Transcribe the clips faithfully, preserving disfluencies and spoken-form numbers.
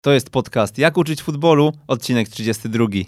To jest podcast Jak uczyć futbolu, odcinek trzydziesty drugi.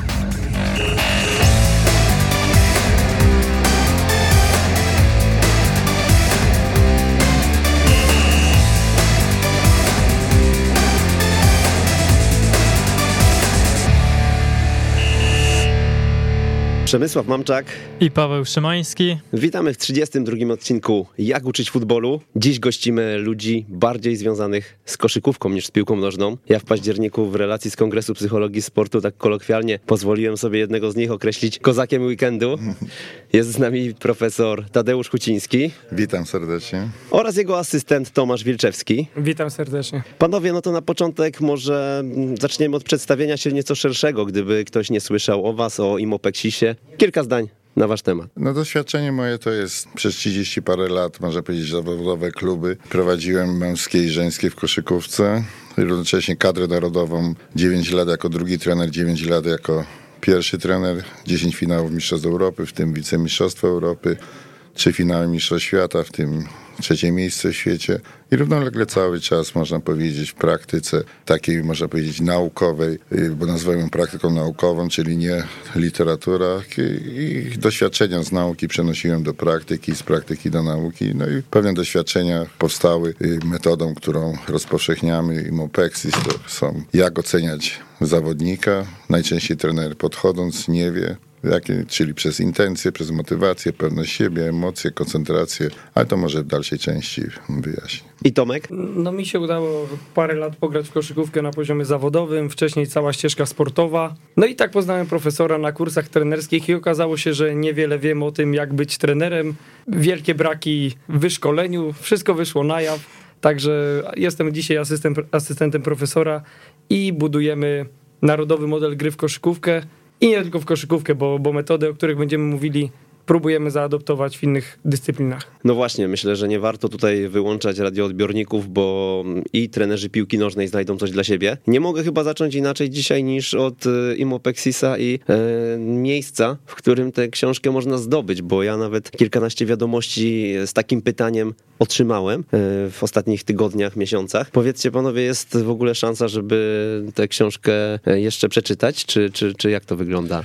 Przemysław Mamczak i Paweł Szymański. Witamy w trzydziestym drugim odcinku Jak uczyć futbolu. Dziś gościmy ludzi bardziej związanych z koszykówką niż z piłką nożną. Ja w październiku w relacji z Kongresu Psychologii Sportu tak kolokwialnie pozwoliłem sobie jednego z nich określić kozakiem weekendu. Jest z nami profesor Tadeusz Huciński. Witam serdecznie. Oraz jego asystent Tomasz Wilczewski. Witam serdecznie. Panowie, no to na początek może zaczniemy od przedstawienia się nieco szerszego, gdyby ktoś nie słyszał o was, o Imopexisie. Kilka zdań na wasz temat. No doświadczenie moje to jest przez trzydzieści parę lat, można powiedzieć, zawodowe kluby. Prowadziłem męskie i żeńskie w koszykówce. Równocześnie kadrę narodową, dziewięć lat jako drugi trener, dziewięć lat jako pierwszy trener. dziesięć finałów Mistrzostw Europy, w tym wicemistrzostwo Europy. Trzy finały Mistrzostw Świata, w tym trzecie miejsce w świecie i równolegle cały czas, można powiedzieć, w praktyce takiej, można powiedzieć, naukowej, bo nazywamy praktyką naukową, czyli nie literatura, i doświadczenia z nauki przenosiłem do praktyki, z praktyki do nauki, no i pewne doświadczenia powstały metodą, którą rozpowszechniamy, Imopexis, to są jak oceniać zawodnika. Najczęściej trener podchodząc nie wie, Jakie, czyli przez intencje, przez motywację, pewność siebie, emocje, koncentrację, ale to może w dalszej części wyjaśnię. I Tomek? No mi się udało parę lat pograć w koszykówkę na poziomie zawodowym, wcześniej cała ścieżka sportowa. No i tak poznałem profesora na kursach trenerskich i okazało się, że niewiele wiem o tym, jak być trenerem. Wielkie braki w wyszkoleniu, wszystko wyszło na jaw. Także jestem dzisiaj asystent, asystentem profesora i budujemy narodowy model gry w koszykówkę. I nie tylko w koszykówkę, bo, bo metody, o których będziemy mówili, próbujemy zaadoptować w innych dyscyplinach. No właśnie, myślę, że nie warto tutaj wyłączać radioodbiorników, bo i trenerzy piłki nożnej znajdą coś dla siebie. Nie mogę chyba zacząć inaczej dzisiaj niż od Imopexisa i e, miejsca, w którym tę książkę można zdobyć, bo ja nawet kilkanaście wiadomości z takim pytaniem otrzymałem e, w ostatnich tygodniach, miesiącach. Powiedzcie panowie, jest w ogóle szansa, żeby tę książkę jeszcze przeczytać, czy, czy, czy jak to wygląda?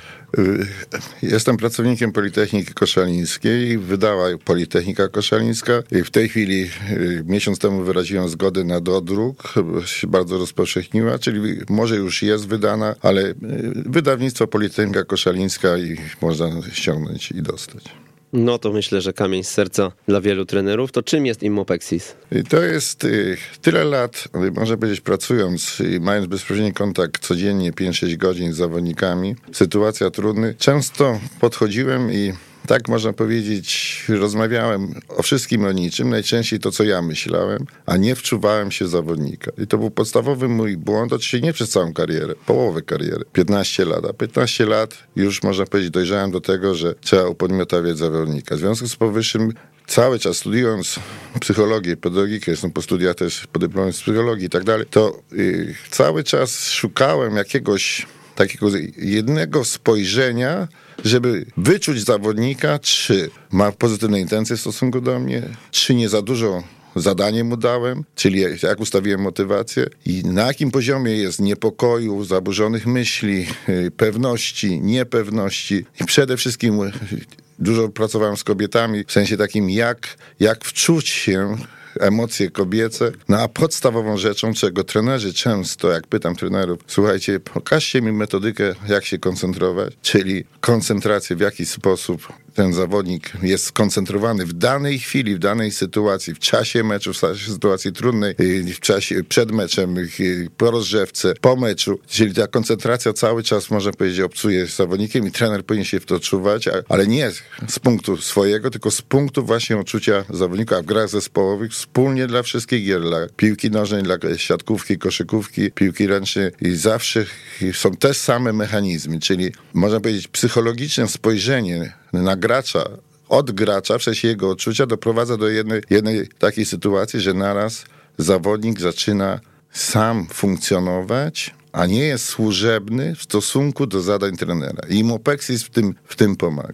Jestem pracownikiem Politechniki Koszalińskiej, wydała Politechnika Koszalińska i w tej chwili miesiąc temu wyraziłem zgodę na dodruk, się bardzo rozpowszechniła, czyli może już jest wydana, ale wydawnictwo Politechnika Koszalińska i można ściągnąć i dostać. No to myślę, że kamień z serca dla wielu trenerów. To czym jest Imopexis? To jest tyle lat, można powiedzieć, pracując i mając bezpośredni kontakt codziennie pięć sześć godzin z zawodnikami, sytuacja trudna. Często podchodziłem i tak można powiedzieć, rozmawiałem o wszystkim, o niczym, najczęściej to, co ja myślałem, a nie wczuwałem się w zawodnika. I to był podstawowy mój błąd, oczywiście nie przez całą karierę, połowę kariery, piętnaście lat. A piętnaście lat już, można powiedzieć, dojrzałem do tego, że trzeba upodmiotawiać zawodnika. W związku z powyższym cały czas studiując psychologię, pedagogikę, jestem po studiach też po dyplomie z psychologii i tak dalej, to yy, cały czas szukałem jakiegoś takiego jednego spojrzenia, żeby wyczuć zawodnika, czy ma pozytywne intencje w stosunku do mnie, czy nie za dużo zadanie mu dałem, czyli jak ustawiłem motywację i na jakim poziomie jest niepokoju, zaburzonych myśli, pewności, niepewności i przede wszystkim dużo pracowałem z kobietami, w sensie takim jak, jak wczuć się emocje kobiece, no a podstawową rzeczą, czego trenerzy często, jak pytam trenerów, słuchajcie, pokażcie mi metodykę, jak się koncentrować, czyli koncentrację, w jaki sposób ten zawodnik jest skoncentrowany w danej chwili, w danej sytuacji, w czasie meczu, w sytuacji trudnej, w czasie przed meczem, po rozgrzewce, po meczu, czyli ta koncentracja cały czas, można powiedzieć, obcuje z zawodnikiem i trener powinien się w to czuwać, ale nie z punktu swojego, tylko z punktu właśnie odczucia zawodnika, a w grach zespołowych wspólnie dla wszystkich gier, dla piłki nożnej, dla siatkówki, koszykówki, piłki ręcznej i zawsze są te same mechanizmy, czyli można powiedzieć psychologiczne spojrzenie na gracza, od gracza, w sensie jego odczucia, doprowadza do jednej, jednej takiej sytuacji, że naraz zawodnik zaczyna sam funkcjonować, a nie jest służebny w stosunku do zadań trenera. I Imopexis w tym, w tym pomaga.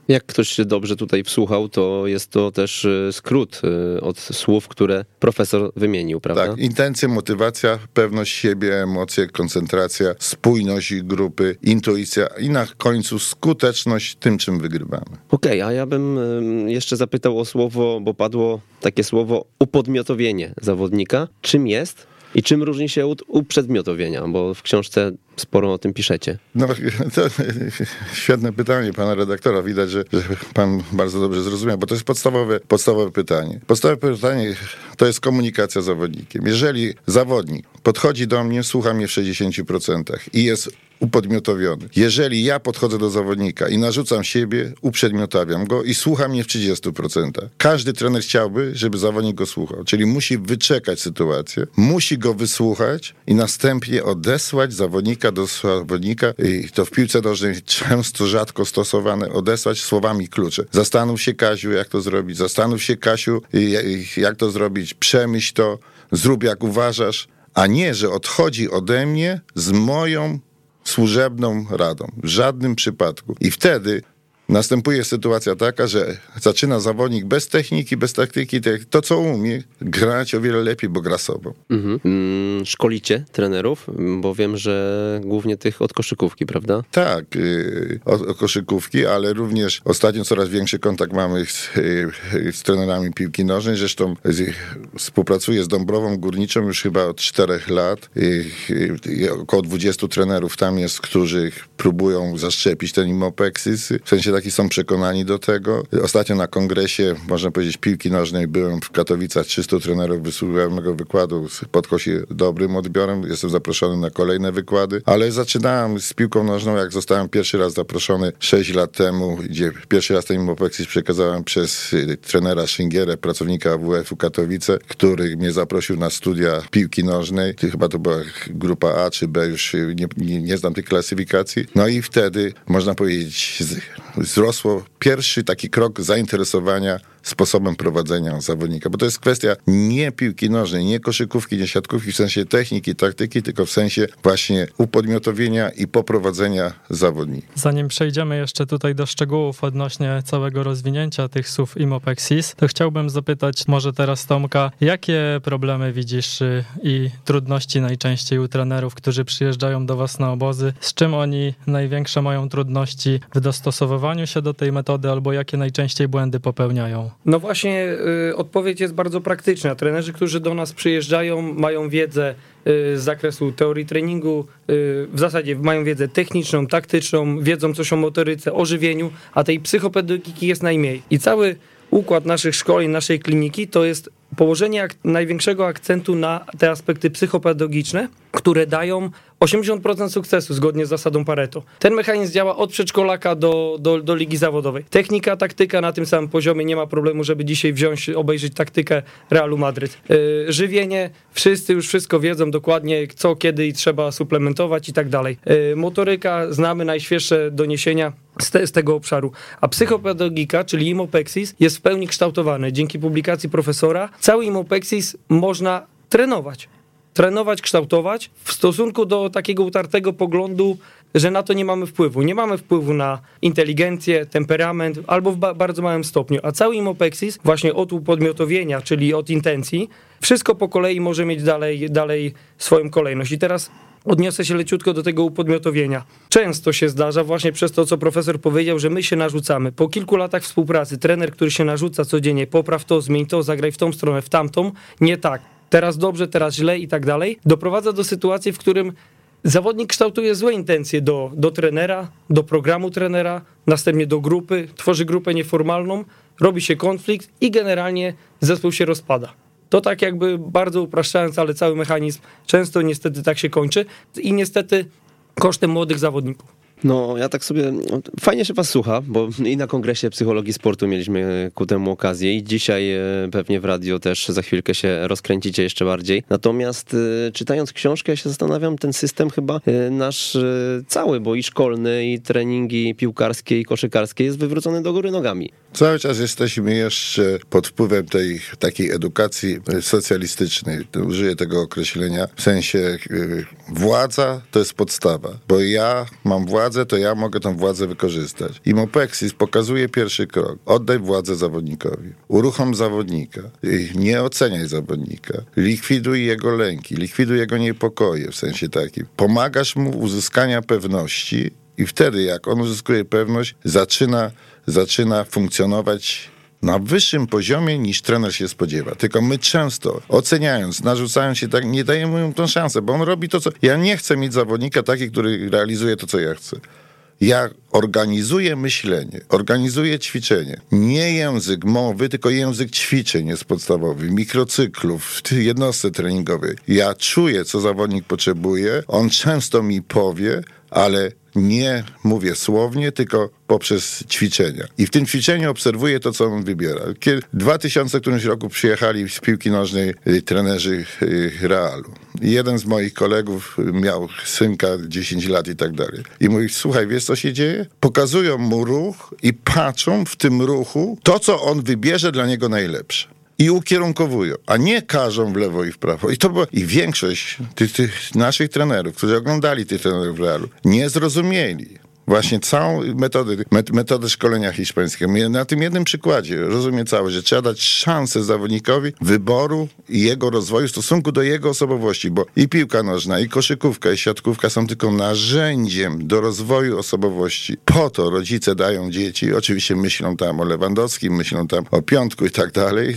Jak ktoś się dobrze tutaj wsłuchał, to jest to też skrót od słów, które profesor wymienił, prawda? Tak, intencje, motywacja, pewność siebie, emocje, koncentracja, spójność grupy, intuicja i na końcu skuteczność tym, czym wygrywamy. Okej, okay, a ja bym jeszcze zapytał o słowo, bo padło takie słowo upodmiotowienie zawodnika. Czym jest i czym różni się od uprzedmiotowienia? Bo w książce sporo o tym piszecie. No, to świetne pytanie pana redaktora. Widać, że, że pan bardzo dobrze zrozumiał, bo to jest podstawowe, podstawowe pytanie. Podstawowe pytanie to jest komunikacja z zawodnikiem. Jeżeli zawodnik podchodzi do mnie, słucha mnie w sześćdziesięciu procentach i jest upodmiotowiony. Jeżeli ja podchodzę do zawodnika i narzucam siebie, uprzedmiotawiam go i słucha mnie w trzydziestu procentach. Każdy trener chciałby, żeby zawodnik go słuchał, czyli musi wyczekać sytuację, musi go wysłuchać i następnie odesłać zawodnika do zawodnika, i to w piłce nożnej często, rzadko stosowane, odesłać słowami klucze. Zastanów się, Kasiu, jak to zrobić, zastanów się, Kasiu, jak to zrobić, przemyśl to, zrób jak uważasz, a nie, że odchodzi ode mnie z moją służebną radą. W żadnym przypadku. I wtedy następuje sytuacja taka, że zaczyna zawodnik bez techniki, bez taktyki, to co umie, grać o wiele lepiej, bo gra sobą. Mhm. Mm, szkolicie trenerów, bo wiem, że głównie tych od koszykówki, prawda? Tak, yy, od, od koszykówki, ale również ostatnio coraz większy kontakt mamy z, yy, z trenerami piłki nożnej. Zresztą z, współpracuję z Dąbrową Górniczą już chyba od czterech lat. Yy, yy, około dwudziestu trenerów tam jest, którzy próbują zaszczepić ten imopexis. W sensie taki są przekonani do tego. Ostatnio na kongresie, można powiedzieć, piłki nożnej byłem w Katowicach, trzystu trenerów wysłuchałem mego wykładu, spotkał się dobrym odbiorem, jestem zaproszony na kolejne wykłady, ale zaczynałem z piłką nożną, jak zostałem pierwszy raz zaproszony sześć lat temu, gdzie pierwszy raz ten imopexis przekazałem przez trenera Szingierę, pracownika A W F-u Katowice, który mnie zaprosił na studia piłki nożnej. Chyba to była grupa A czy B, już nie, nie, nie znam tej klasyfikacji. No i wtedy, można powiedzieć, wzrosło pierwszy taki krok zainteresowania sposobem prowadzenia zawodnika, bo to jest kwestia nie piłki nożnej, nie koszykówki, nie siatkówki w sensie techniki, taktyki, tylko w sensie właśnie upodmiotowienia i poprowadzenia zawodnika. Zanim przejdziemy jeszcze tutaj do szczegółów odnośnie całego rozwinięcia tych słów imopexis, to chciałbym zapytać może teraz Tomka, jakie problemy widzisz i trudności najczęściej u trenerów, którzy przyjeżdżają do was na obozy, z czym oni największe mają trudności w dostosowywaniu się do tej metody, albo jakie najczęściej błędy popełniają? No właśnie y, odpowiedź jest bardzo praktyczna. Trenerzy, którzy do nas przyjeżdżają, mają wiedzę y, z zakresu teorii treningu, y, w zasadzie mają wiedzę techniczną, taktyczną, wiedzą coś o motoryce, o żywieniu, a tej psychopedagogiki jest najmniej. I cały układ naszych szkoleń, naszej kliniki to jest położenie ak- największego akcentu na te aspekty psychopedagogiczne, które dają osiemdziesiąt procent sukcesu zgodnie z zasadą Pareto. Ten mechanizm działa od przedszkolaka do, do, do ligi zawodowej. Technika, taktyka na tym samym poziomie, nie ma problemu, żeby dzisiaj wziąć, obejrzeć taktykę Realu Madryt. Yy, żywienie, wszyscy już wszystko wiedzą dokładnie, co, kiedy i trzeba suplementować i tak dalej. Yy, motoryka, znamy najświeższe doniesienia z, te, z tego obszaru. A psychopedagogika, czyli imopexis, jest w pełni kształtowany. Dzięki publikacji profesora cały imopexis można trenować. Trenować, kształtować w stosunku do takiego utartego poglądu, że na to nie mamy wpływu. Nie mamy wpływu na inteligencję, temperament, albo w ba- bardzo małym stopniu. A cały imopexis właśnie od upodmiotowienia, czyli od intencji, wszystko po kolei może mieć dalej, dalej swoją kolejność. I teraz odniosę się leciutko do tego upodmiotowienia. Często się zdarza właśnie przez to, co profesor powiedział, że my się narzucamy. Po kilku latach współpracy trener, który się narzuca codziennie, popraw to, zmień to, zagraj w tą stronę, w tamtą, nie tak. Teraz dobrze, teraz źle i tak dalej, doprowadza do sytuacji, w którym zawodnik kształtuje złe intencje do, do trenera, do programu trenera, następnie do grupy, tworzy grupę nieformalną, robi się konflikt i generalnie zespół się rozpada. To tak jakby bardzo upraszczając, ale cały mechanizm często niestety tak się kończy i niestety kosztem młodych zawodników. No, ja tak sobie, fajnie się was słucha, bo i na kongresie psychologii sportu mieliśmy ku temu okazję i dzisiaj pewnie w radio też za chwilkę się rozkręcicie jeszcze bardziej. Natomiast czytając książkę, ja się zastanawiam, ten system chyba nasz cały, bo i szkolny, i treningi piłkarskie, i koszykarskie jest wywrócony do góry nogami. Cały czas jesteśmy jeszcze pod wpływem tej takiej edukacji socjalistycznej, użyję tego określenia, w sensie władza to jest podstawa, bo ja mam władzę, władzę, to ja mogę tą władzę wykorzystać. Imopexis pokazuje pierwszy krok. Oddaj władzę zawodnikowi. Uruchom zawodnika. Nie oceniaj zawodnika. Likwiduj jego lęki, likwiduj jego niepokoje w sensie takim. Pomagasz mu uzyskania pewności i wtedy, jak on uzyskuje pewność, zaczyna, zaczyna funkcjonować na wyższym poziomie niż trener się spodziewa. Tylko my często, oceniając, narzucając się tak, nie dajemy mu tą szansę, bo on robi to, co... Ja nie chcę mieć zawodnika taki, który realizuje to, co ja chcę. Ja organizuję myślenie, organizuję ćwiczenie. Nie język mowy, tylko język ćwiczeń jest podstawowy, mikrocyklów, w jednostce treningowej. Ja czuję, co zawodnik potrzebuje, on często mi powie, ale nie mówię słownie, tylko poprzez ćwiczenia. I w tym ćwiczeniu obserwuję to, co on wybiera. Kiedy w dwa tysiące którymś roku przyjechali z piłki nożnej trenerzy Realu. I jeden z moich kolegów miał synka dziesięć lat i tak dalej. I mówi, słuchaj, wiesz, co się dzieje? Pokazują mu ruch i patrzą w tym ruchu to, co on wybierze dla niego najlepsze. I ukierunkowują, a nie każą w lewo i w prawo. I to było, i większość tych, tych naszych trenerów, którzy oglądali tych trenerów w Realu, nie zrozumieli właśnie całą metodę, metodę szkolenia hiszpańskiego. Na tym jednym przykładzie rozumiem cały, że trzeba dać szansę zawodnikowi wyboru i jego rozwoju w stosunku do jego osobowości, bo i piłka nożna, i koszykówka, i siatkówka są tylko narzędziem do rozwoju osobowości. Po to rodzice dają dzieci, oczywiście myślą tam o Lewandowskim, myślą tam o Piątku i tak dalej,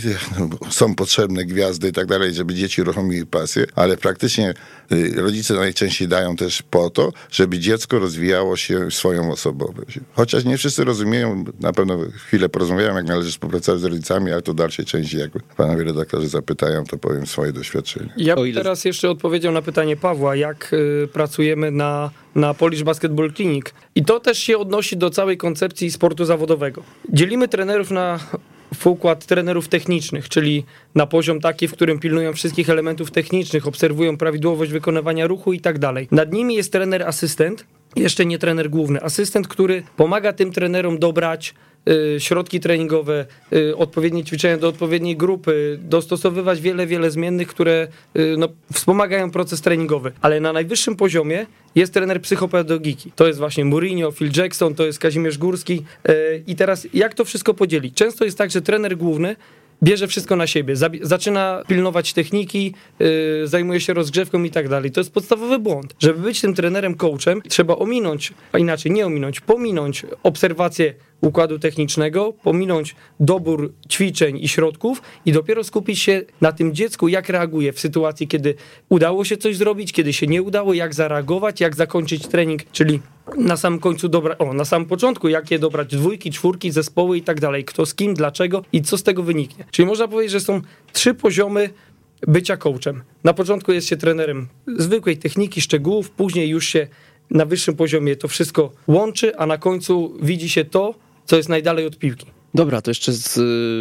są potrzebne gwiazdy i tak dalej, żeby dzieci uruchomiły pasję, ale praktycznie rodzice najczęściej dają też po to, żeby dziecko rozwijało się swoją osobowość. Chociaż nie wszyscy rozumieją, na pewno chwilę porozmawiałem, jak należy współpracować z rodzicami, ale to w dalszej części, jak panowie redaktorzy zapytają, to powiem swoje doświadczenie. Ja bym ile... teraz jeszcze odpowiedział na pytanie Pawła, jak y, pracujemy na, na Polish Basketball Clinic. I to też się odnosi do całej koncepcji sportu zawodowego. Dzielimy trenerów na w układ trenerów technicznych, czyli na poziom taki, w którym pilnują wszystkich elementów technicznych, obserwują prawidłowość wykonywania ruchu i tak dalej. Nad nimi jest trener asystent, jeszcze nie trener główny, asystent, który pomaga tym trenerom dobrać y, środki treningowe, y, odpowiednie ćwiczenia do odpowiedniej grupy, dostosowywać wiele, wiele zmiennych, które y, no, wspomagają proces treningowy. Ale na najwyższym poziomie jest trener psychopedagogiki. To jest właśnie Mourinho, Phil Jackson, to jest Kazimierz Górski. Y, I teraz jak to wszystko podzielić? Często jest tak, że trener główny bierze wszystko na siebie, zaczyna pilnować techniki, yy, zajmuje się rozgrzewką i tak dalej. To jest podstawowy błąd. Żeby być tym trenerem, coachem, trzeba ominąć, a inaczej nie ominąć, pominąć obserwację układu technicznego, pominąć dobór ćwiczeń i środków i dopiero skupić się na tym dziecku, jak reaguje w sytuacji, kiedy udało się coś zrobić, kiedy się nie udało, jak zareagować, jak zakończyć trening, czyli na samym końcu dobra, o, na samym początku, jakie dobrać dwójki, czwórki, zespoły i tak dalej, kto z kim, dlaczego i co z tego wyniknie. Czyli można powiedzieć, że są trzy poziomy bycia coachem. Na początku jest się trenerem zwykłej techniki, szczegółów, później już się na wyższym poziomie to wszystko łączy, a na końcu widzi się to, co jest najdalej od piłki. Dobra, to jeszcze z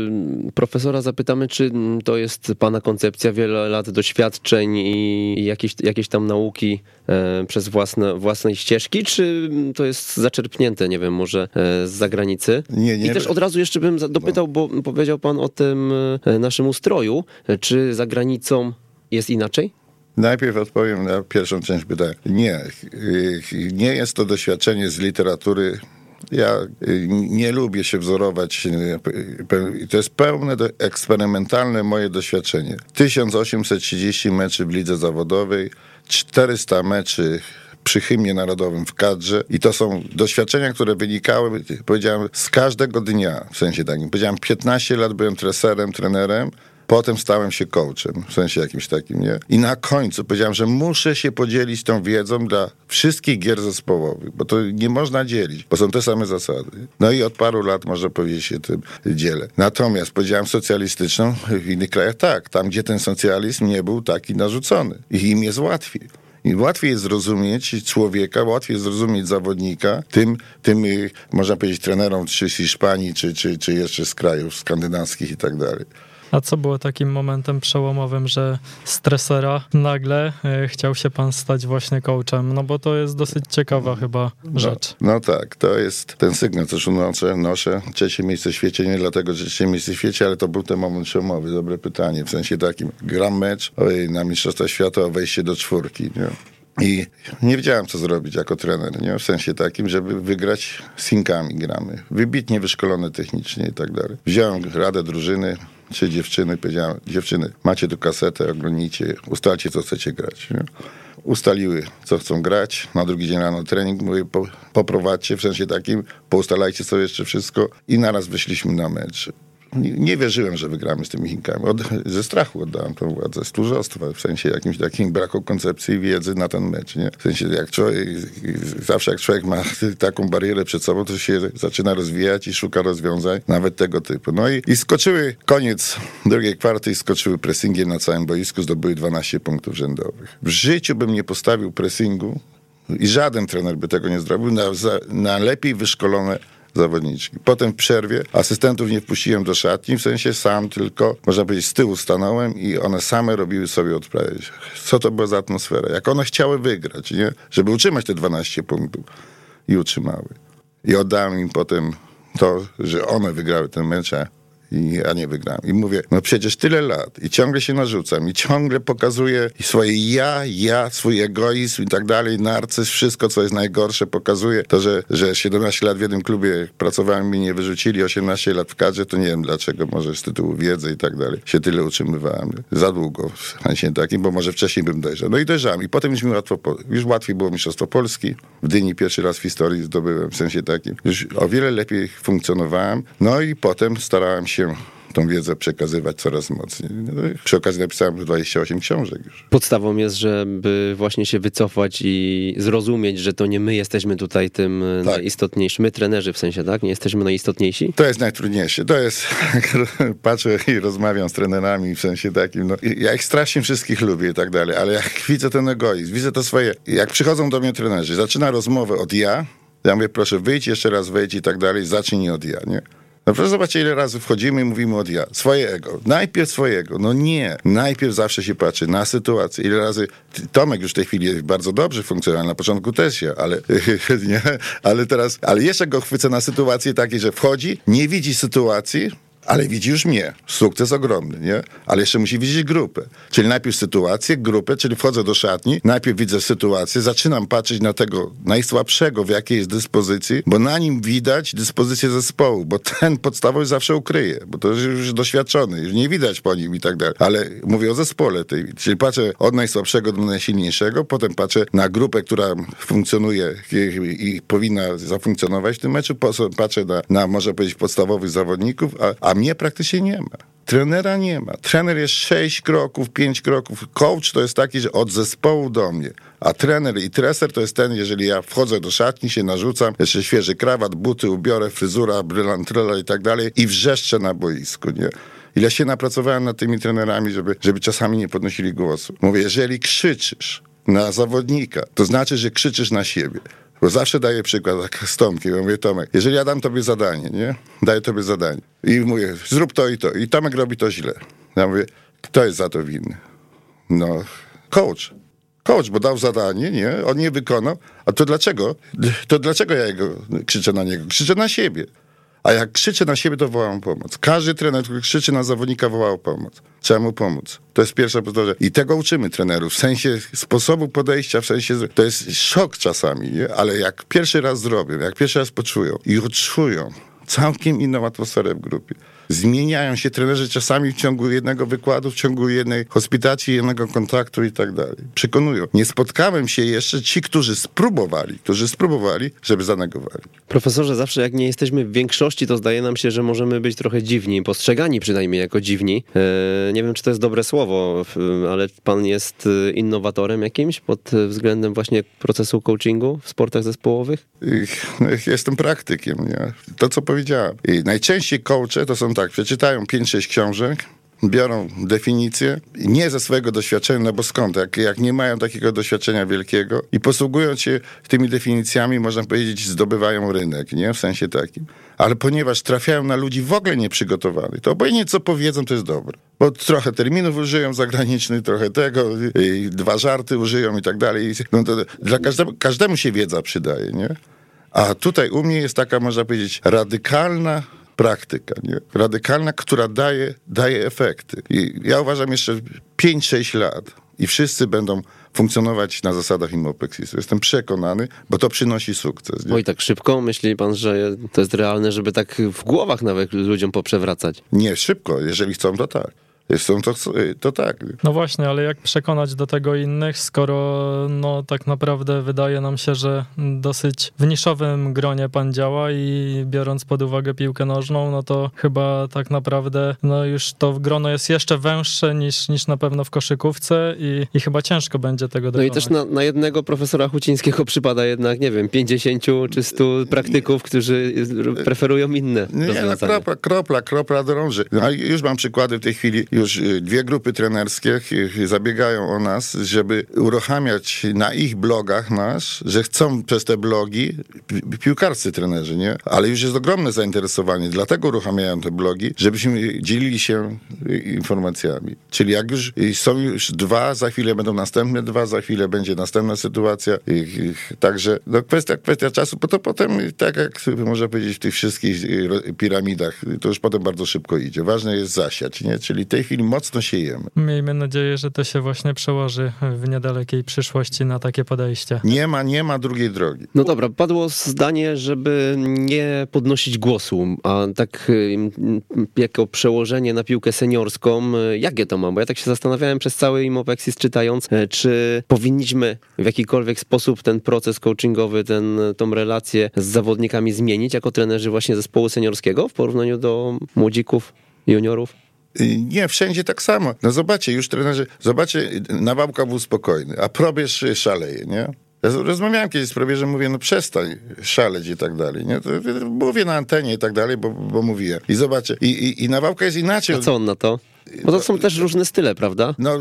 y, profesora zapytamy, czy to jest pana koncepcja, wiele lat doświadczeń i jakieś, jakieś tam nauki e, przez własne, własnej ścieżki, czy to jest zaczerpnięte, nie wiem, może e, z zagranicy? Nie, nie. I też od razu jeszcze bym dopytał, bo powiedział pan o tym e, naszym ustroju, czy za granicą jest inaczej? Najpierw odpowiem na pierwszą część pytania. Nie, nie jest to doświadczenie z literatury. Ja nie lubię się wzorować, to jest pełne eksperymentalne moje doświadczenie. tysiąc osiemset trzydzieści meczy w lidze zawodowej, czterysta meczy przy hymnie narodowym w kadrze i to są doświadczenia, które wynikały, powiedziałem, z każdego dnia, w sensie takim. Powiedziałem, piętnaście lat byłem treserem, trenerem, potem stałem się coachem, w sensie jakimś takim, nie? I na końcu powiedziałem, że muszę się podzielić tą wiedzą dla wszystkich gier zespołowych, bo to nie można dzielić, bo są te same zasady. No i od paru lat, można powiedzieć, się tym dzielę. Natomiast powiedziałem socjalistyczną, w innych krajach tak, tam gdzie ten socjalizm nie był taki narzucony i im jest łatwiej. I łatwiej jest zrozumieć człowieka, łatwiej jest zrozumieć zawodnika, tym, tym można powiedzieć, trenerom czy z Hiszpanii, czy, czy, czy jeszcze z krajów skandynawskich i tak dalej. A co było takim momentem przełomowym, że z tresera nagle y, chciał się pan stać właśnie coachem? No bo to jest dosyć ciekawa chyba rzecz. No, no tak, to jest ten sygnał, co noszę, noszę. Trzecie miejsce w świecie, nie dlatego, że trzecie miejsce w świecie, ale to był ten moment przełomowy. Dobre pytanie, w sensie takim, gram mecz oj, na Mistrzostwa Świata o wejście do czwórki, nie? I nie wiedziałem, co zrobić jako trener, nie? W sensie takim, żeby wygrać z Chinkami gramy. Wybitnie wyszkolone technicznie i tak dalej. Wziąłem radę drużyny, trzy dziewczyny, powiedziałem, dziewczyny, macie tu kasetę, oglądnijcie, ustalcie, co chcecie grać. Nie? Ustaliły, co chcą grać. Na drugi dzień rano trening, mówię, po, poprowadźcie, w sensie takim, poustalajcie sobie jeszcze wszystko i naraz wyszliśmy na mecz. Nie, nie wierzyłem, że wygramy z tymi Chinkami. Od, ze strachu oddałem tę władzę, z tchórzostwa, w sensie jakimś takim braku koncepcji i wiedzy na ten mecz. Nie? W sensie, jak człowiek, zawsze jak człowiek ma taką barierę przed sobą, to się zaczyna rozwijać i szuka rozwiązań, nawet tego typu. No i, i skoczyły, koniec drugiej kwarty i skoczyły pressingiem na całym boisku, zdobyły dwanaście punktów rzędowych. W życiu bym nie postawił pressingu i żaden trener by tego nie zrobił na, na lepiej wyszkolone zawodniczki. Potem w przerwie asystentów nie wpuściłem do szatni, w sensie sam tylko, można powiedzieć, z tyłu stanąłem i one same robiły sobie odprawy. Co to była za atmosfera? Jak one chciały wygrać, nie? Żeby utrzymać te dwanaście punktów. I utrzymały. I oddałem im potem to, że one wygrały ten mecz, i ja nie wygrałem. I mówię, no przecież tyle lat i ciągle się narzucam i ciągle pokazuję swoje ja, ja, swój egoizm i tak dalej, narcyzm, wszystko, co jest najgorsze, pokazuję. To, że, że siedemnaście lat w jednym klubie pracowałem, mi nie wyrzucili, osiemnaście lat w kadrze, to nie wiem dlaczego, może z tytułu wiedzy i tak dalej, się tyle utrzymywałem. Za długo, w sensie takim, bo może wcześniej bym dojrzał. No i dojrzałem. I potem już mi łatwo, już łatwiej było Mistrzostwo Polski. W Gdyni pierwszy raz w historii zdobyłem, w sensie takim. Już o wiele lepiej funkcjonowałem. No i potem starałem się tą wiedzę przekazywać coraz mocniej. No, przy okazji napisałem dwadzieścia osiem książek już. Podstawą jest, żeby właśnie się wycofać i zrozumieć, że to nie my jesteśmy tutaj tym tak. najistotniejszym. My trenerzy w sensie, tak? Nie jesteśmy najistotniejsi? To jest najtrudniejsze. To jest, patrzę i rozmawiam z trenerami w sensie takim, no, ja ich strasznie wszystkich lubię i tak dalej, ale jak widzę ten egoizm, widzę to swoje, jak przychodzą do mnie trenerzy, zaczyna rozmowę od ja, ja mówię, proszę wyjdź, jeszcze raz wejdź i tak dalej, zacznij od ja, nie? No proszę zobaczcie, ile razy wchodzimy i mówimy od ja. Swoje ego. Najpierw swojego. No nie. Najpierw zawsze się patrzy na sytuację. Ile razy Tomek już w tej chwili bardzo dobrze funkcjonuje, na początku też się, ale nie, ale teraz, ale jeszcze go chwycę na sytuację takiej, że wchodzi, nie widzi sytuacji, ale widzi już mnie. Sukces ogromny, nie? Ale jeszcze musi widzieć grupę. Czyli najpierw sytuację, grupę, czyli wchodzę do szatni, najpierw widzę sytuację, zaczynam patrzeć na tego najsłabszego, w jakiej jest dyspozycji, bo na nim widać dyspozycję zespołu, bo ten podstawowy zawsze ukryje, bo to już, już doświadczony, już nie widać po nim i tak dalej. Ale mówię o zespole tej, czyli patrzę od najsłabszego do najsilniejszego, potem patrzę na grupę, która funkcjonuje i, i powinna zafunkcjonować w tym meczu, patrzę na, na można powiedzieć, podstawowych zawodników, a A mnie praktycznie nie ma. Trenera nie ma. Trener jest sześć kroków, pięć kroków. Coach to jest taki, że od zespołu do mnie. A trener i treser to jest ten, jeżeli ja wchodzę do szatni, się narzucam, jeszcze świeży krawat, buty ubiorę, fryzura, brylantrela i tak dalej i wrzeszczę na boisku, nie? Ile się napracowałem nad tymi trenerami, żeby, żeby czasami nie podnosili głosu. Mówię, jeżeli krzyczysz na zawodnika, to znaczy, że krzyczysz na siebie. Bo zawsze daję przykład, tak z Tomkiem, ja mówię, Tomek, jeżeli ja dam tobie zadanie, nie? Daję tobie zadanie i mówię, zrób to i to. I Tomek robi to źle. Ja mówię, kto jest za to winny? No, coach. Coach, bo dał zadanie, nie? On nie wykonał. A to dlaczego? To dlaczego ja jego, krzyczę na niego? Krzyczę na siebie. A jak krzyczę na siebie, to wołam pomoc. Każdy trener, który krzyczy na zawodnika, wołał pomoc. Trzeba mu pomóc. To jest pierwsza podstawa. I tego uczymy trenerów. W sensie sposobu podejścia, w sensie, to jest szok czasami, nie? Ale jak pierwszy raz zrobią, jak pierwszy raz poczują i odczują całkiem inną atmosferę w grupie. Zmieniają się trenerzy czasami w ciągu jednego wykładu, w ciągu jednej hospitacji, jednego kontaktu i tak dalej. Przekonują. Nie spotkałem się jeszcze ci, którzy spróbowali, którzy spróbowali, żeby zanegowali. Profesorze, zawsze jak nie jesteśmy w większości, to zdaje nam się, że możemy być trochę dziwni, postrzegani przynajmniej jako dziwni. Eee, nie wiem, czy to jest dobre słowo, ale pan jest innowatorem jakimś pod względem właśnie procesu coachingu w sportach zespołowych? Jestem praktykiem, nie? To, co powiedziałem. I najczęściej coache to są tak, przeczytają pięć sześć książek, biorą definicję, nie ze swojego doświadczenia, no bo skąd, jak, jak nie mają takiego doświadczenia wielkiego i posługując się tymi definicjami, można powiedzieć, zdobywają rynek, nie? W sensie takim. Ale ponieważ trafiają na ludzi w ogóle nieprzygotowanych, to obojętnie co powiedzą, to jest dobre. Bo trochę terminów użyją zagranicznych, trochę tego, i dwa żarty użyją i tak dalej. No to dla każdemu, każdemu się wiedza przydaje, nie? A tutaj u mnie jest taka, można powiedzieć, radykalna praktyka, nie? Radykalna, która daje, daje efekty. I ja uważam jeszcze pięć sześć lat i wszyscy będą funkcjonować na zasadach Imopexisu. Jestem przekonany, bo to przynosi sukces. Nie? Oj, tak szybko? Myśli pan, że to jest realne, żeby tak w głowach nawet ludziom poprzewracać? Nie, szybko. Jeżeli chcą, to tak. Chcą, to, to tak. No właśnie, ale jak przekonać do tego innych, skoro no tak naprawdę wydaje nam się, że dosyć w niszowym gronie pan działa i biorąc pod uwagę piłkę nożną, no to chyba tak naprawdę no już to grono jest jeszcze węższe niż, niż na pewno w koszykówce i, i chyba ciężko będzie tego dokonać. No i też na, na jednego profesora Hucińskiego przypada jednak, nie wiem, pięćdziesięciu czy stu praktyków, którzy preferują inne Nie, no rozwiązania. kropla, kropla, kropla drąży. No, już mam przykłady w tej chwili, już dwie grupy trenerskie zabiegają o nas, żeby uruchamiać na ich blogach nasz, że chcą przez te blogi pi- piłkarscy trenerzy, nie? Ale już jest ogromne zainteresowanie, dlatego uruchamiają te blogi, żebyśmy dzielili się informacjami. Czyli jak już są już dwa, za chwilę będą następne dwa, za chwilę będzie następna sytuacja. I, i, także no, kwestia, kwestia czasu, bo to potem, tak jak można powiedzieć w tych wszystkich piramidach, to już potem bardzo szybko idzie. Ważne jest zasiać, nie? Czyli w tej chwili mocno siejemy. Miejmy nadzieję, że to się właśnie przełoży w niedalekiej przyszłości na takie podejście. Nie ma, nie ma drugiej drogi. No dobra, padło zdanie, żeby nie podnosić głosu, a tak y, jako przełożenie na piłkę seniorską, y, jakie to ma? Bo ja tak się zastanawiałem przez cały Imopexis czytając, y, czy powinniśmy w jakikolwiek sposób ten proces coachingowy, ten, tą relację z zawodnikami zmienić jako trenerzy właśnie zespołu seniorskiego w porównaniu do młodzików, juniorów? Nie, wszędzie tak samo. No zobaczcie, już trenerzy, zobaczcie, Nawałka był spokojny, a probierz szaleje, nie? Ja rozmawiałem kiedyś z probierzem, mówię, no przestań szaleć i tak dalej, nie? To mówię na antenie i tak dalej, bo, bo mówiłem. I zobaczcie, i, i, i Nawałka jest inaczej. A co on na to? Bo to są też różne style, prawda? No,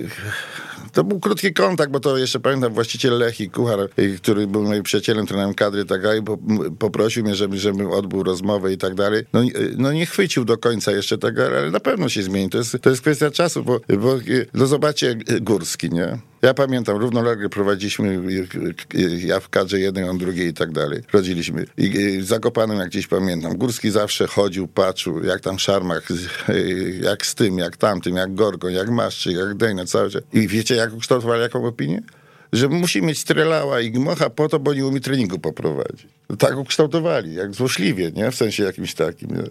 to był krótki kontakt, bo to jeszcze pamiętam właściciel Lechii, kuchar, który był moim przyjacielem, trenerem kadry, tak dalej, poprosił mnie, żeby, żebym odbył rozmowę i tak dalej. No, no nie chwycił do końca jeszcze tego, ale na pewno się zmieni. To jest, to jest kwestia czasu, bo, bo no zobaczcie Górski, nie? Ja pamiętam, równolegle prowadziliśmy, ja w kadrze jednej, on drugiej i tak dalej. Rodziliśmy. I Zakopanem, jak gdzieś pamiętam, Górski zawsze chodził, patrzył, jak tam Szarmach, jak z tym, jak tamtym, jak Gorgon, jak Maszczyk, jak Dejna, cały czas. I wiecie, jak ukształtowali jaką opinię? Że musi mieć Strelała i Gmocha po to, bo nie umie treningu poprowadzić. Tak ukształtowali, jak złośliwie, nie? W sensie jakimś takim. Nie?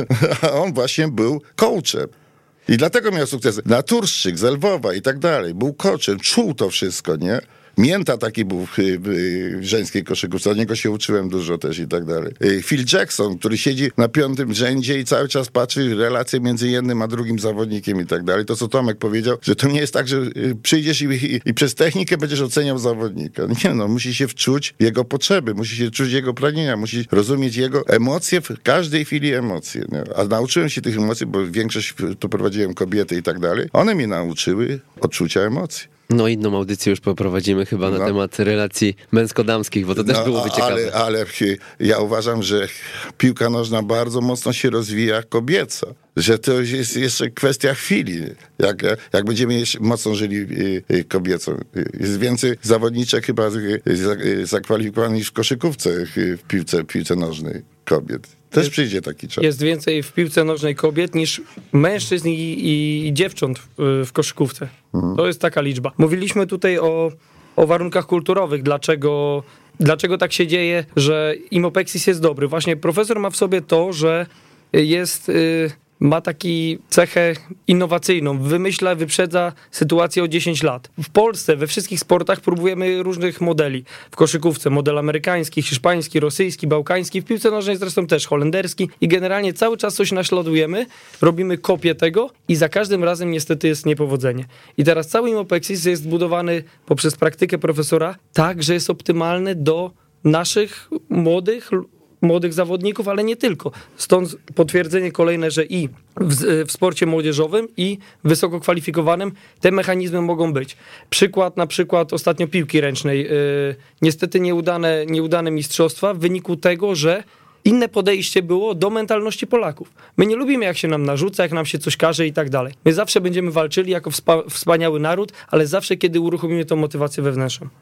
A on właśnie był coachem. I dlatego miał sukcesy. Naturszczyk, z Lwowa i tak dalej. Był coachem, czuł to wszystko, nie? Mięta taki był w, w, w żeńskiej koszykówce. Od niego się uczyłem dużo też i tak dalej. Phil Jackson, który siedzi na piątym rzędzie i cały czas patrzy relacje między jednym a drugim zawodnikiem i tak dalej. To, co Tomek powiedział, że to nie jest tak, że przyjdziesz i, i, i przez technikę będziesz oceniał zawodnika. Nie no, musi się wczuć w jego potrzeby, musi się czuć jego pragnienia, musi rozumieć jego emocje, w każdej chwili emocje. Nie? A nauczyłem się tych emocji, bo większość, tu prowadziłem kobiety i tak dalej. One mnie nauczyły odczucia emocji. No inną audycję już poprowadzimy chyba na no. temat relacji męsko-damskich, bo to też no, byłoby ciekawe. Ale, ale ja uważam, że piłka nożna bardzo mocno się rozwija kobieca. Że to jest jeszcze kwestia chwili. Jak, jak będziemy mocno żyli kobiecą. Jest więcej zawodniczek chyba zakwalifikowanych niż w koszykówce w piłce, piłce nożnej kobiet. Też przyjdzie taki czas. Jest więcej w piłce nożnej kobiet niż mężczyzn i, i, i dziewcząt w, w koszykówce. Mhm. To jest taka liczba. Mówiliśmy tutaj o, o warunkach kulturowych. Dlaczego, dlaczego tak się dzieje, że Imopexis jest dobry? Właśnie profesor ma w sobie to, że jest... Yy, ma taki cechę innowacyjną. Wymyśla, wyprzedza sytuację o dziesięć lat. W Polsce we wszystkich sportach próbujemy różnych modeli. W koszykówce model amerykański, hiszpański, rosyjski, bałkański, w piłce nożnej zresztą też holenderski i generalnie cały czas coś naśladujemy, robimy kopię tego i za każdym razem niestety jest niepowodzenie. I teraz cały Imopexis jest zbudowany poprzez praktykę profesora tak, że jest optymalny do naszych młodych młodych zawodników, ale nie tylko. Stąd potwierdzenie kolejne, że i w, w sporcie młodzieżowym i wysoko kwalifikowanym te mechanizmy mogą być. Przykład na przykład ostatnio piłki ręcznej. Yy, niestety nieudane, nieudane mistrzostwa w wyniku tego, że inne podejście było do mentalności Polaków. My nie lubimy, jak się nam narzuca, jak nam się coś każe i tak dalej. My zawsze będziemy walczyli jako wspa- wspaniały naród, ale zawsze, kiedy uruchomimy tą motywację wewnętrzną.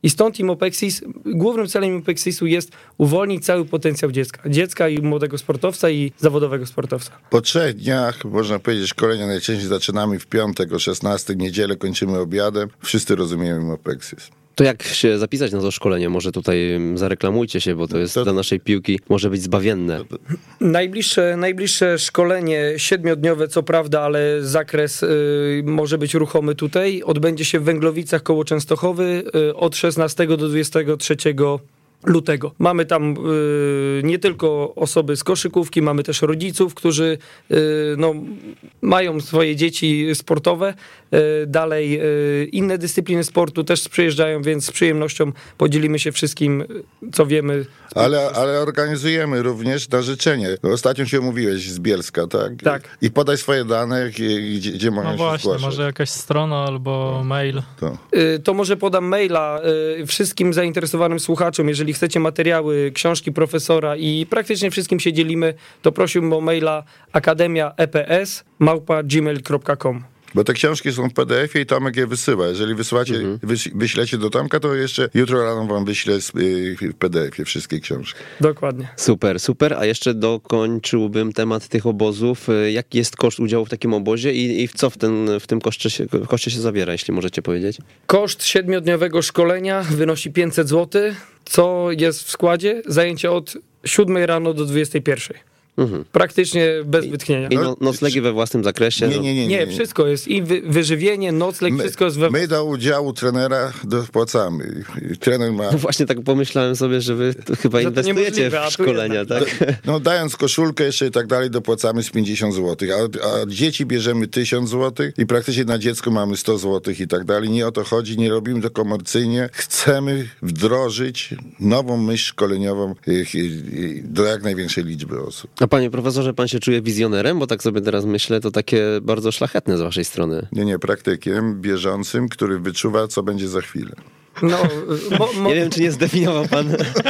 I stąd Imopexis, głównym celem Imopexisu jest uwolnić cały potencjał dziecka. Dziecka i młodego sportowca i zawodowego sportowca. Po trzech dniach, można powiedzieć, szkolenia najczęściej zaczynamy w piątek o szesnastej, niedzielę kończymy obiadem. Wszyscy rozumiemy Imopexis. To jak się zapisać na to szkolenie? Może tutaj zareklamujcie się, bo to jest To- dla naszej piłki może być zbawienne. Najbliższe, najbliższe szkolenie, siedmiodniowe co prawda, ale zakres y, może być ruchomy tutaj, odbędzie się w Węglowicach koło Częstochowy y, od szesnastego do dwudziestego trzeciego lutego. Mamy tam y, nie tylko osoby z koszykówki, mamy też rodziców, którzy y, no, mają swoje dzieci sportowe. Y, dalej y, inne dyscypliny sportu też przyjeżdżają, więc z przyjemnością podzielimy się wszystkim, co wiemy. Ale, ale organizujemy również na życzenie. Ostatnio się mówiłeś z Bielska, tak? Tak. I podaj swoje dane, gdzie, gdzie, gdzie mogą No się właśnie, zgłaszać. może jakaś strona albo mail. To. Y, To może podam maila y, wszystkim zainteresowanym słuchaczom. Jeżeli chcecie materiały, książki profesora i praktycznie wszystkim się dzielimy, to prosiłbym o maila akademia e p s małpa gmail kropka com. Bo te książki są w P D F-ie i Tomek je wysyła. Jeżeli wysyłacie, Mhm. wyś, wyślecie do Tomka, to jeszcze jutro rano wam wyślę z- y, w P D F-ie wszystkie książki. Dokładnie. Super, super. A jeszcze dokończyłbym temat tych obozów. Jaki jest koszt udziału w takim obozie i, i w co w, ten, w tym koszcie się, koszcie się zawiera, jeśli możecie powiedzieć? Koszt siedmiodniowego szkolenia wynosi pięćset złotych. Co jest w składzie? Zajęcie od siódmej rano do dwudziestej pierwszej. Mhm. Praktycznie bez wytchnienia. I no, noclegi we własnym zakresie. Nie, no. nie, nie. Nie, wszystko jest. I wy, wyżywienie, nocleg, wszystko jest we... My do udziału trenera dopłacamy. Trener ma, No właśnie tak pomyślałem sobie, że wy to chyba Że to inwestujecie niemożliwe, a w tu szkolenia, jednak- tak? no dając koszulkę jeszcze i tak dalej, dopłacamy z pięćdziesiąt złotych, a, a dzieci bierzemy tysiąc złotych i praktycznie na dziecko mamy sto złotych i tak dalej. Nie o to chodzi, nie robimy to komercyjnie. Chcemy wdrożyć nową myśl szkoleniową y, y, y, do jak największej liczby osób. A panie profesorze, pan się czuje wizjonerem? Bo tak sobie teraz myślę, to takie bardzo szlachetne z waszej strony. Nie, nie, praktykiem bieżącym, który wyczuwa, co będzie za chwilę. No, mo, mo, Nie wiem, czy nie zdefiniował pan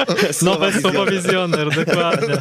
Nowe słowo wizjoner, dokładnie.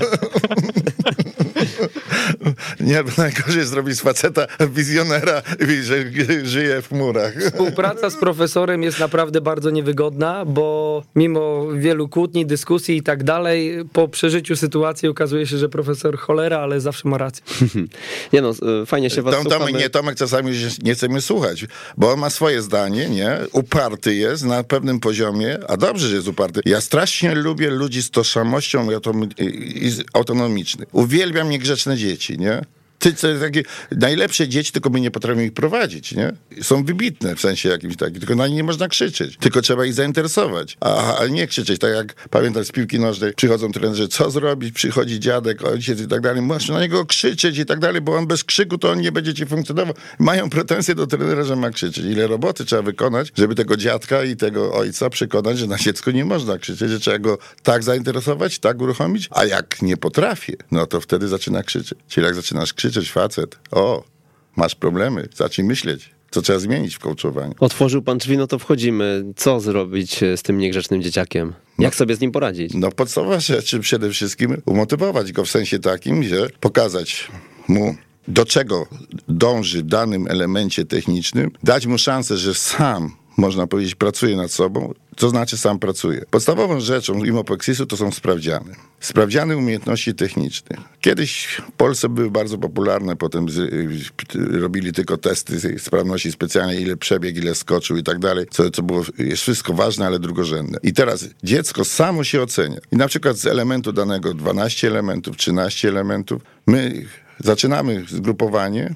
Nie, bo najgorzej zrobić z faceta wizjonera, że żyje w murach. Współpraca z profesorem jest naprawdę bardzo niewygodna, bo mimo wielu kłótni, dyskusji i tak dalej, po przeżyciu sytuacji okazuje się, że profesor cholera, ale zawsze ma rację. Nie no, fajnie się was Tom, słuchamy. Tomek, nie, Tomek czasami się nie chcemy słuchać, bo on ma swoje zdanie, nie? Uparty jest na pewnym poziomie, a dobrze, że jest uparty. Ja strasznie lubię ludzi z tożsamością autom- i- i z- autonomicznych. Uwielbiam niegrzeczne dzieci, nie? Ty, te, takie najlepsze dzieci, tylko my nie potrafimy ich prowadzić, nie? Są wybitne w sensie jakimś takim, tylko na nie nie można krzyczeć, tylko trzeba ich zainteresować, a, a nie krzyczeć, tak jak pamiętam z piłki nożnej, przychodzą trenerzy, co zrobić, przychodzi dziadek, ojciec i tak dalej, masz na niego krzyczeć i tak dalej, bo on bez krzyku to on nie będzie ci funkcjonował. Mają pretensje do trenera, że ma krzyczeć. Ile roboty trzeba wykonać, żeby tego dziadka i tego ojca przekonać, że na dziecko nie można krzyczeć, że trzeba go tak zainteresować, tak uruchomić, a jak nie potrafię, no to wtedy zaczyna krzyczeć. Czyli jak zaczynasz krzyczeć, facet, o, masz problemy, zacznij myśleć, co trzeba zmienić w coachowaniu. Otworzył pan drzwi, no to wchodzimy. Co zrobić z tym niegrzecznym dzieciakiem? Jak sobie z nim poradzić? No podstawowa rzecz, przede wszystkim umotywować go w sensie takim, że pokazać mu, do czego dąży w danym elemencie technicznym, dać mu szansę, że sam, można powiedzieć, pracuje nad sobą, to znaczy sam pracuje. Podstawową rzeczą Imopexisu to są sprawdziany. Sprawdziany umiejętności technicznych. Kiedyś w Polsce były bardzo popularne, potem z, y, robili tylko testy sprawności specjalnej, ile przebiegł, ile skoczył i tak dalej, co, co było, jest wszystko ważne, ale drugorzędne. I teraz dziecko samo się ocenia. I na przykład z elementu danego dwanaście elementów, trzynaście elementów, my zaczynamy zgrupowanie.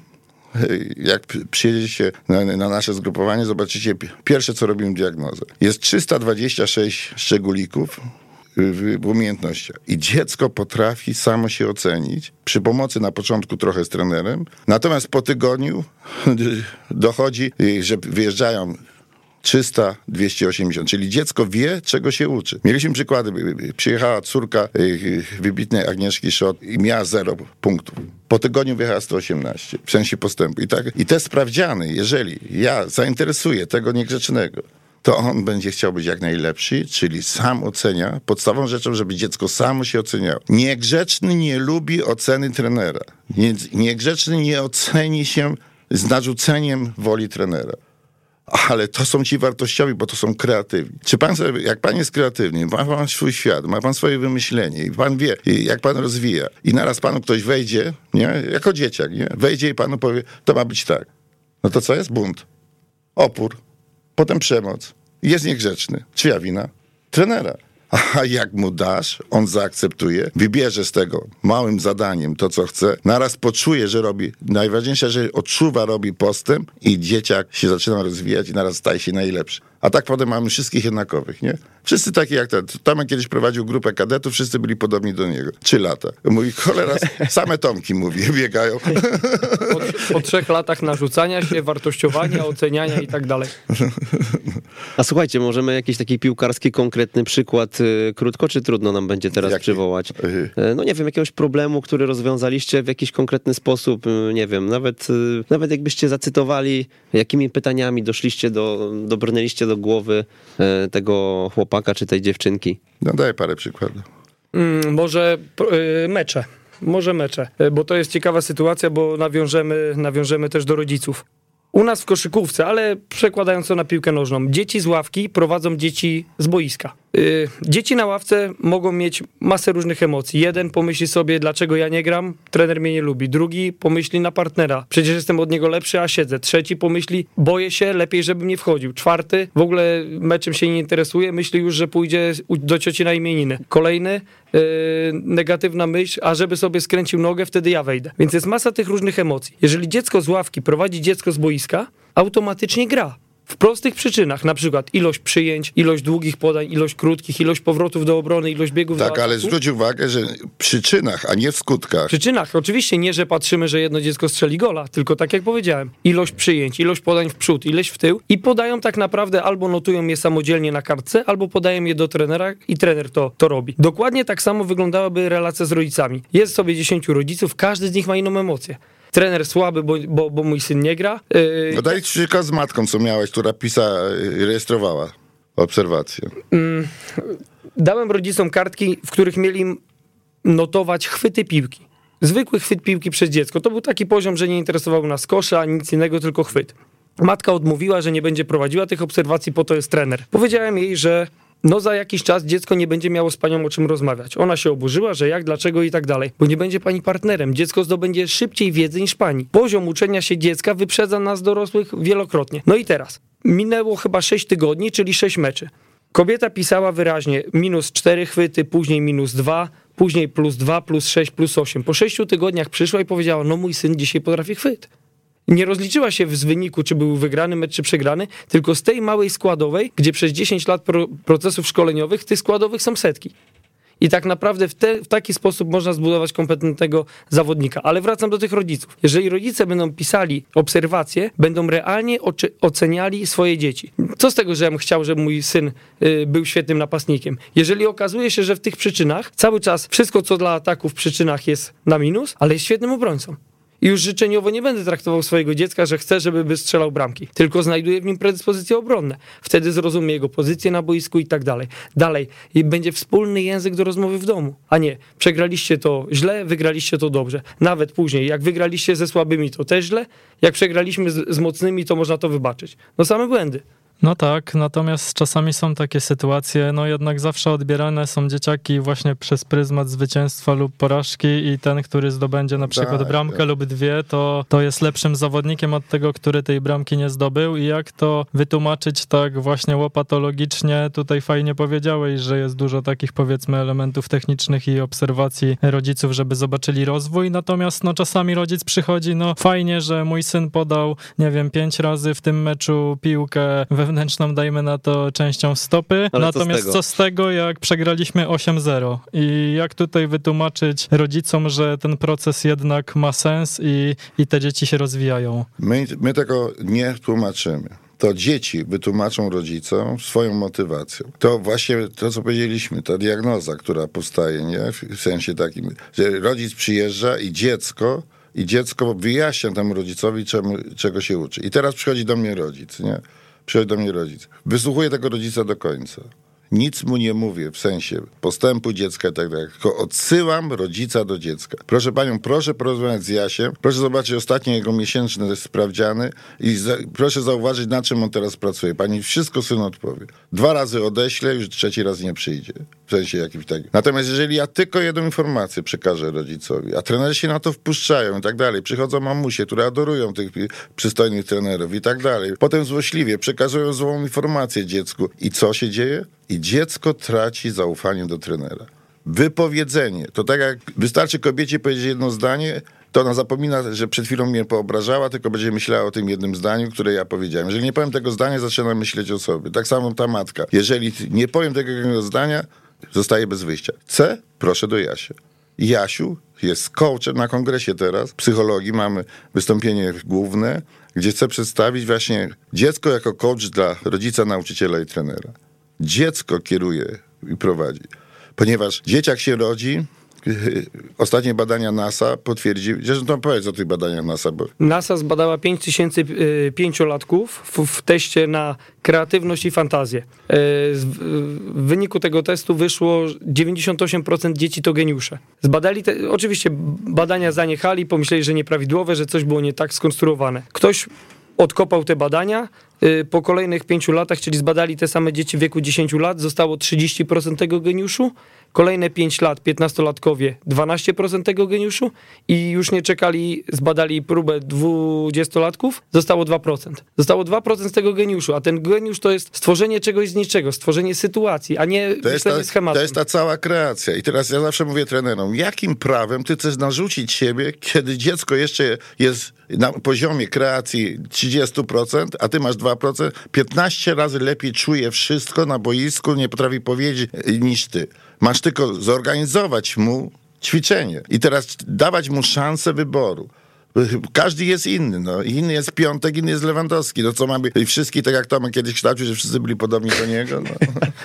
Jak przyjedziecie na, na nasze zgrupowanie, zobaczycie pierwsze, co robimy, diagnozę. Jest trzysta dwadzieścia sześć szczególików w, w umiejętnościach. I dziecko potrafi samo się ocenić, przy pomocy na początku trochę z trenerem, natomiast po tygodniu dochodzi, że wyjeżdżają trzysta dwieście osiemdziesiąt, czyli dziecko wie, czego się uczy. Mieliśmy przykłady. Przyjechała córka wybitnej Agnieszki Szot i miała zero punktów. Po tygodniu wyjechała sto osiemnaście, w sensie postępu. I, tak, i te sprawdziany, jeżeli ja zainteresuję tego niegrzecznego, to on będzie chciał być jak najlepszy, czyli sam ocenia. Podstawową rzeczą, żeby dziecko samo się oceniało. Niegrzeczny nie lubi oceny trenera. Nie, niegrzeczny nie oceni się z narzuceniem woli trenera. Ale to są ci wartościowi, bo to są kreatywni. Czy pan sobie, jak pan jest kreatywny, ma pan swój świat, ma pan swoje wymyślenie i pan wie, jak pan rozwija i naraz panu ktoś wejdzie, nie, jako dzieciak, nie, wejdzie i panu powie, to ma być tak. No to co jest? Bunt. Opór. Potem przemoc. Jest niegrzeczny. Czyja wina? Trenera. A jak mu dasz, on zaakceptuje, wybierze z tego małym zadaniem to, co chce, naraz poczuje, że robi, najważniejsze, że odczuwa, robi postęp i dzieciak się zaczyna rozwijać i naraz staje się najlepszy. A tak potem mamy wszystkich jednakowych, nie? Wszyscy taki jak ten. Tomek kiedyś prowadził grupę kadetów, wszyscy byli podobni do niego. Trzy lata. Mówi, cholera, same Tomki, mówi, biegają. Po, po trzech latach narzucania się, wartościowania, oceniania i tak dalej. A słuchajcie, możemy jakiś taki piłkarski, konkretny przykład y, krótko, czy trudno nam będzie teraz Jaki? przywołać? Y, no nie wiem, jakiegoś problemu, który rozwiązaliście w jakiś konkretny sposób, y, nie wiem, nawet, y, nawet jakbyście zacytowali, jakimi pytaniami doszliście do, dobrnęliście do głowy y, tego chłopaka czy tej dziewczynki. No daj parę przykładów. Mm, może y, mecze. Może mecze, y, bo to jest ciekawa sytuacja, bo nawiążemy, nawiążemy też do rodziców. U nas w koszykówce, ale przekładając to na piłkę nożną, dzieci z ławki prowadzą dzieci z boiska. Yy, dzieci na ławce mogą mieć masę różnych emocji. Jeden pomyśli sobie, dlaczego ja nie gram, trener mnie nie lubi. Drugi pomyśli na partnera, przecież jestem od niego lepszy, a siedzę. Trzeci pomyśli, boję się, lepiej żebym nie wchodził. Czwarty w ogóle meczem się nie interesuje, myśli już, że pójdzie do cioci na imieniny. Kolejny yy, negatywna myśl, a żeby sobie skręcił nogę, wtedy ja wejdę. Więc jest masa tych różnych emocji. Jeżeli dziecko z ławki prowadzi dziecko z boiska, automatycznie gra. W prostych przyczynach, na przykład ilość przyjęć, ilość długich podań, ilość krótkich, ilość powrotów do obrony, ilość biegów do Tak, ale ataku. zwróć uwagę, że w przyczynach, a nie w skutkach. W przyczynach, oczywiście nie, że patrzymy, że jedno dziecko strzeli gola, tylko tak jak powiedziałem, ilość przyjęć, ilość podań w przód, ilość w tył i podają tak naprawdę albo notują je samodzielnie na kartce, albo podają je do trenera i trener to, to robi. Dokładnie tak samo wyglądałaby relacja z rodzicami. Jest sobie dziesięciu rodziców, każdy z nich ma inną emocję. Trener słaby, bo, bo, bo mój syn nie gra. Yy, No daj przykład z matką, co miałeś, która pisa, rejestrowała obserwację. Yy, dałem rodzicom kartki, w których mieli notować chwyty piłki. Zwykły chwyt piłki przez dziecko. To był taki poziom, że nie interesował nas kosza, ani nic innego, tylko chwyt. Matka odmówiła, że nie będzie prowadziła tych obserwacji, po to jest trener. Powiedziałem jej, że no za jakiś czas dziecko nie będzie miało z panią o czym rozmawiać. Ona się oburzyła, że jak, dlaczego i tak dalej. Bo nie będzie pani partnerem. Dziecko zdobędzie szybciej wiedzy niż pani. Poziom uczenia się dziecka wyprzedza nas dorosłych wielokrotnie. No i teraz. Minęło chyba sześć tygodni, czyli sześć meczy. Kobieta pisała wyraźnie minus cztery chwyty, później minus dwa, później plus dwa, plus sześć, plus osiem. Po sześciu tygodniach przyszła i powiedziała, no mój syn dzisiaj potrafi chwyt. Nie rozliczyła się z wyniku, czy był wygrany mecz, czy przegrany, tylko z tej małej składowej, gdzie przez dziesięć lat pro- procesów szkoleniowych tych składowych są setki. I tak naprawdę w, te, w taki sposób można zbudować kompetentnego zawodnika. Ale wracam do tych rodziców. Jeżeli rodzice będą pisali obserwacje, będą realnie oczy- oceniali swoje dzieci. Co z tego, że ja bym chciał, żeby mój syn y, był świetnym napastnikiem? Jeżeli okazuje się, że w tych przyczynach cały czas wszystko, co dla ataku w przyczynach jest na minus, ale jest świetnym obrońcą. I już życzeniowo nie będę traktował swojego dziecka, że chcę, żeby strzelał bramki. Tylko znajduję w nim predyspozycje obronne. Wtedy zrozumie jego pozycję na boisku i tak dalej. Dalej. I będzie wspólny język do rozmowy w domu. A nie, przegraliście to źle, wygraliście to dobrze. Nawet później, jak wygraliście ze słabymi, to też źle. Jak przegraliśmy z, z mocnymi, to można to wybaczyć. No same błędy. No tak, natomiast czasami są takie sytuacje, no jednak zawsze odbierane są dzieciaki właśnie przez pryzmat zwycięstwa lub porażki i ten, który zdobędzie na przykład tak, bramkę tak. lub dwie, to, to jest lepszym zawodnikiem od tego, który tej bramki nie zdobył i jak to wytłumaczyć tak właśnie łopatologicznie, tutaj fajnie powiedziałeś, że jest dużo takich powiedzmy elementów technicznych i obserwacji rodziców, żeby zobaczyli rozwój, natomiast no czasami rodzic przychodzi, no fajnie, że mój syn podał, nie wiem, pięć razy w tym meczu piłkę wewnętrzną, dajmy na to częścią stopy, Ale natomiast co z tego? co z tego, jak przegraliśmy osiem zero i jak tutaj wytłumaczyć rodzicom, że ten proces jednak ma sens i, i te dzieci się rozwijają. My, my tego nie tłumaczymy. To dzieci wytłumaczą rodzicom swoją motywacją. To właśnie to, co powiedzieliśmy, ta diagnoza, która powstaje, nie? W sensie takim, że rodzic przyjeżdża i dziecko i dziecko wyjaśnia temu rodzicowi, czemu, czego się uczy. I teraz przychodzi do mnie rodzic, nie? Przychodzi do mnie rodzic. Wysłuchuję tego rodzica do końca. nic mu nie mówię w sensie postępu dziecka i tak dalej, tylko odsyłam rodzica do dziecka. Proszę panią, proszę porozmawiać z Jasiem, proszę zobaczyć ostatnie jego miesięczne sprawdziany i za, proszę zauważyć, na czym on teraz pracuje. Pani wszystko synu odpowie. Dwa razy odeślę, już trzeci raz nie przyjdzie. W sensie jakimś takim. Natomiast jeżeli ja tylko jedną informację przekażę rodzicowi, a trenerzy się na to wpuszczają i tak dalej, przychodzą mamusie, które adorują tych przystojnych trenerów i tak dalej, potem złośliwie przekazują złą informację dziecku. I co się dzieje? I dziecko traci zaufanie do trenera. Wypowiedzenie. To tak jak wystarczy kobiecie powiedzieć jedno zdanie, to ona zapomina, że przed chwilą mnie poobrażała, tylko będzie myślała o tym jednym zdaniu, które ja powiedziałem. Jeżeli nie powiem tego zdania, zaczyna myśleć o sobie. Tak samo ta matka. Jeżeli nie powiem tego jednego zdania, zostaje bez wyjścia. C, proszę do Jasia. Jasiu jest coachem na kongresie teraz, psychologii, mamy wystąpienie główne, gdzie chcę przedstawić właśnie dziecko jako coach dla rodzica, nauczyciela i trenera. Dziecko kieruje i prowadzi. Ponieważ dzieciak się rodzi, ostatnie badania NASA potwierdziły, zresztą powiedz o tych badaniach NASA, bo... NASA zbadała pięć tysięcy y, pięciolatków w, w teście na kreatywność i fantazję. Y, z, w wyniku tego testu wyszło dziewięćdziesiąt osiem procent dzieci to geniusze. Zbadali te, oczywiście badania zaniechali, pomyśleli, że nieprawidłowe, że coś było nie tak skonstruowane. Ktoś odkopał te badania, y, po kolejnych pięciu latach, czyli zbadali te same dzieci w wieku dziesięciu lat, zostało trzydzieści procent tego geniuszu, kolejne pięć lat, piętnastolatkowie dwanaście procent tego geniuszu i już nie czekali, zbadali próbę dwudziestolatków, zostało dwa procent. Zostało dwa procent z tego geniuszu, a ten geniusz to jest stworzenie czegoś z niczego, stworzenie sytuacji, a nie to jest, ta, schematem. to jest ta cała kreacja. I teraz ja zawsze mówię trenerom, jakim prawem ty chcesz narzucić siebie, kiedy dziecko jeszcze jest na poziomie kreacji trzydzieści procent, a ty masz dwa procent, piętnaście razy lepiej czuje wszystko na boisku, nie potrafi powiedzieć niż ty. Masz tylko zorganizować mu ćwiczenie i teraz dawać mu szansę wyboru. Każdy jest inny, no. Inny jest Piątek, inny jest Lewandowski. No co mamy, i wszystkich, tak jak Tomek kiedyś kształcił, że wszyscy byli podobni do niego. No.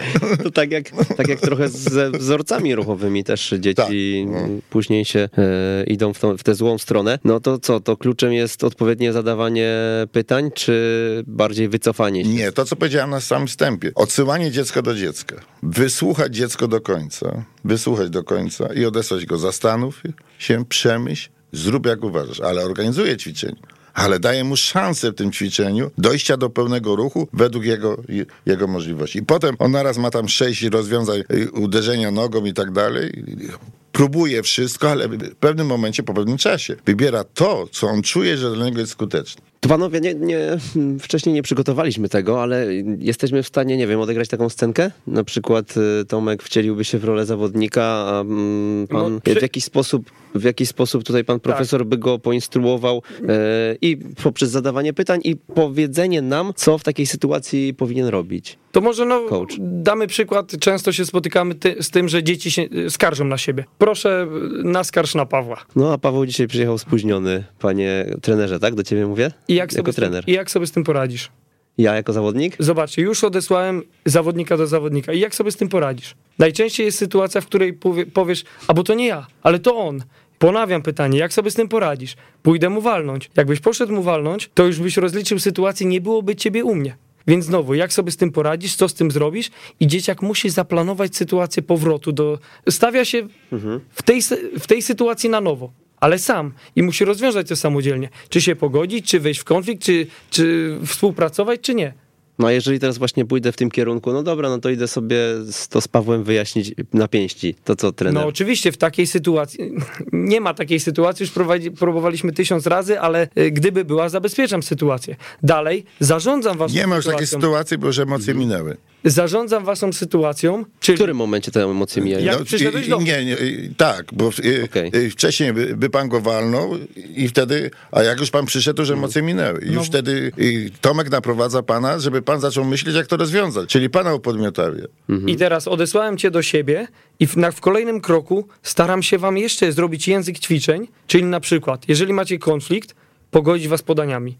To tak jak, tak jak trochę ze wzorcami ruchowymi też dzieci tak, no. później się e, idą w, tą, w tę złą stronę. No to co, to kluczem jest odpowiednie zadawanie pytań, czy bardziej wycofanie się? Nie, to co powiedziałem na samym wstępie. Odsyłanie dziecka do dziecka. Wysłuchać dziecko do końca. Wysłuchać do końca i odesłać go. Zastanów się, przemyśl, zrób jak uważasz, ale organizuje ćwiczenie. Ale daje mu szansę w tym ćwiczeniu dojścia do pełnego ruchu według jego, jego możliwości. I potem on naraz ma tam sześć rozwiązań uderzenia nogą i tak dalej. Próbuje wszystko, ale w pewnym momencie, po pewnym czasie wybiera to, co on czuje, że dla niego jest skuteczne. To panowie, nie, nie, wcześniej nie przygotowaliśmy tego, ale jesteśmy w stanie, nie wiem, odegrać taką scenkę? Na przykład Tomek wcieliłby się w rolę zawodnika, a pan no, przy... w jakiś sposób, w jakiś sposób tutaj pan profesor tak. by go poinstruował e, i poprzez zadawanie pytań i powiedzenie nam, co w takiej sytuacji powinien robić. To może no, damy przykład, często się spotykamy ty, z tym, że dzieci się skarżą na siebie. Proszę, naskarż na Pawła. No a Paweł dzisiaj przyjechał spóźniony, panie trenerze, tak? Do ciebie mówię? I jak, jako sobie trener. Tym, I jak sobie z tym poradzisz? Ja jako zawodnik? Zobaczcie, już odesłałem zawodnika do zawodnika. I jak sobie z tym poradzisz? Najczęściej jest sytuacja, w której powie, powiesz, a bo to nie ja, ale to on. Ponawiam pytanie, jak sobie z tym poradzisz? Pójdę mu walnąć. Jakbyś poszedł mu walnąć, to już byś rozliczył sytuację, nie byłoby ciebie u mnie. Więc znowu, jak sobie z tym poradzisz, co z tym zrobisz? I dzieciak musi zaplanować sytuację powrotu do... Stawia się mhm. w, tej, w tej sytuacji na nowo. Ale sam i musi rozwiązać to samodzielnie. Czy się pogodzić, czy wejść w konflikt, czy, czy współpracować, czy nie. No a jeżeli teraz właśnie pójdę w tym kierunku, no dobra, no to idę sobie to z Pawłem wyjaśnić na pięści, to co trener? No oczywiście w takiej sytuacji, nie ma takiej sytuacji, już prowadzi, próbowaliśmy tysiąc razy, ale gdyby była, zabezpieczam sytuację. Dalej, zarządzam waszą sytuacją. Nie ma już takiej sytuacji, bo już emocje minęły. Zarządzam waszą sytuacją, czyli... W którym momencie te emocje mijają? Jak no, przyszedłeś do nie, nie, tak, bo okay. wcześniej by, by pan go walnął i wtedy, a jak już pan przyszedł, to już emocje minęły. I już no. wtedy Tomek naprowadza pana, żeby pan zaczął myśleć, jak to rozwiązać, czyli pana upodmiotawie. Mhm. I teraz odesłałem cię do siebie i w, na, w kolejnym kroku staram się wam jeszcze zrobić język ćwiczeń, czyli na przykład, jeżeli macie konflikt, pogodzić was podaniami.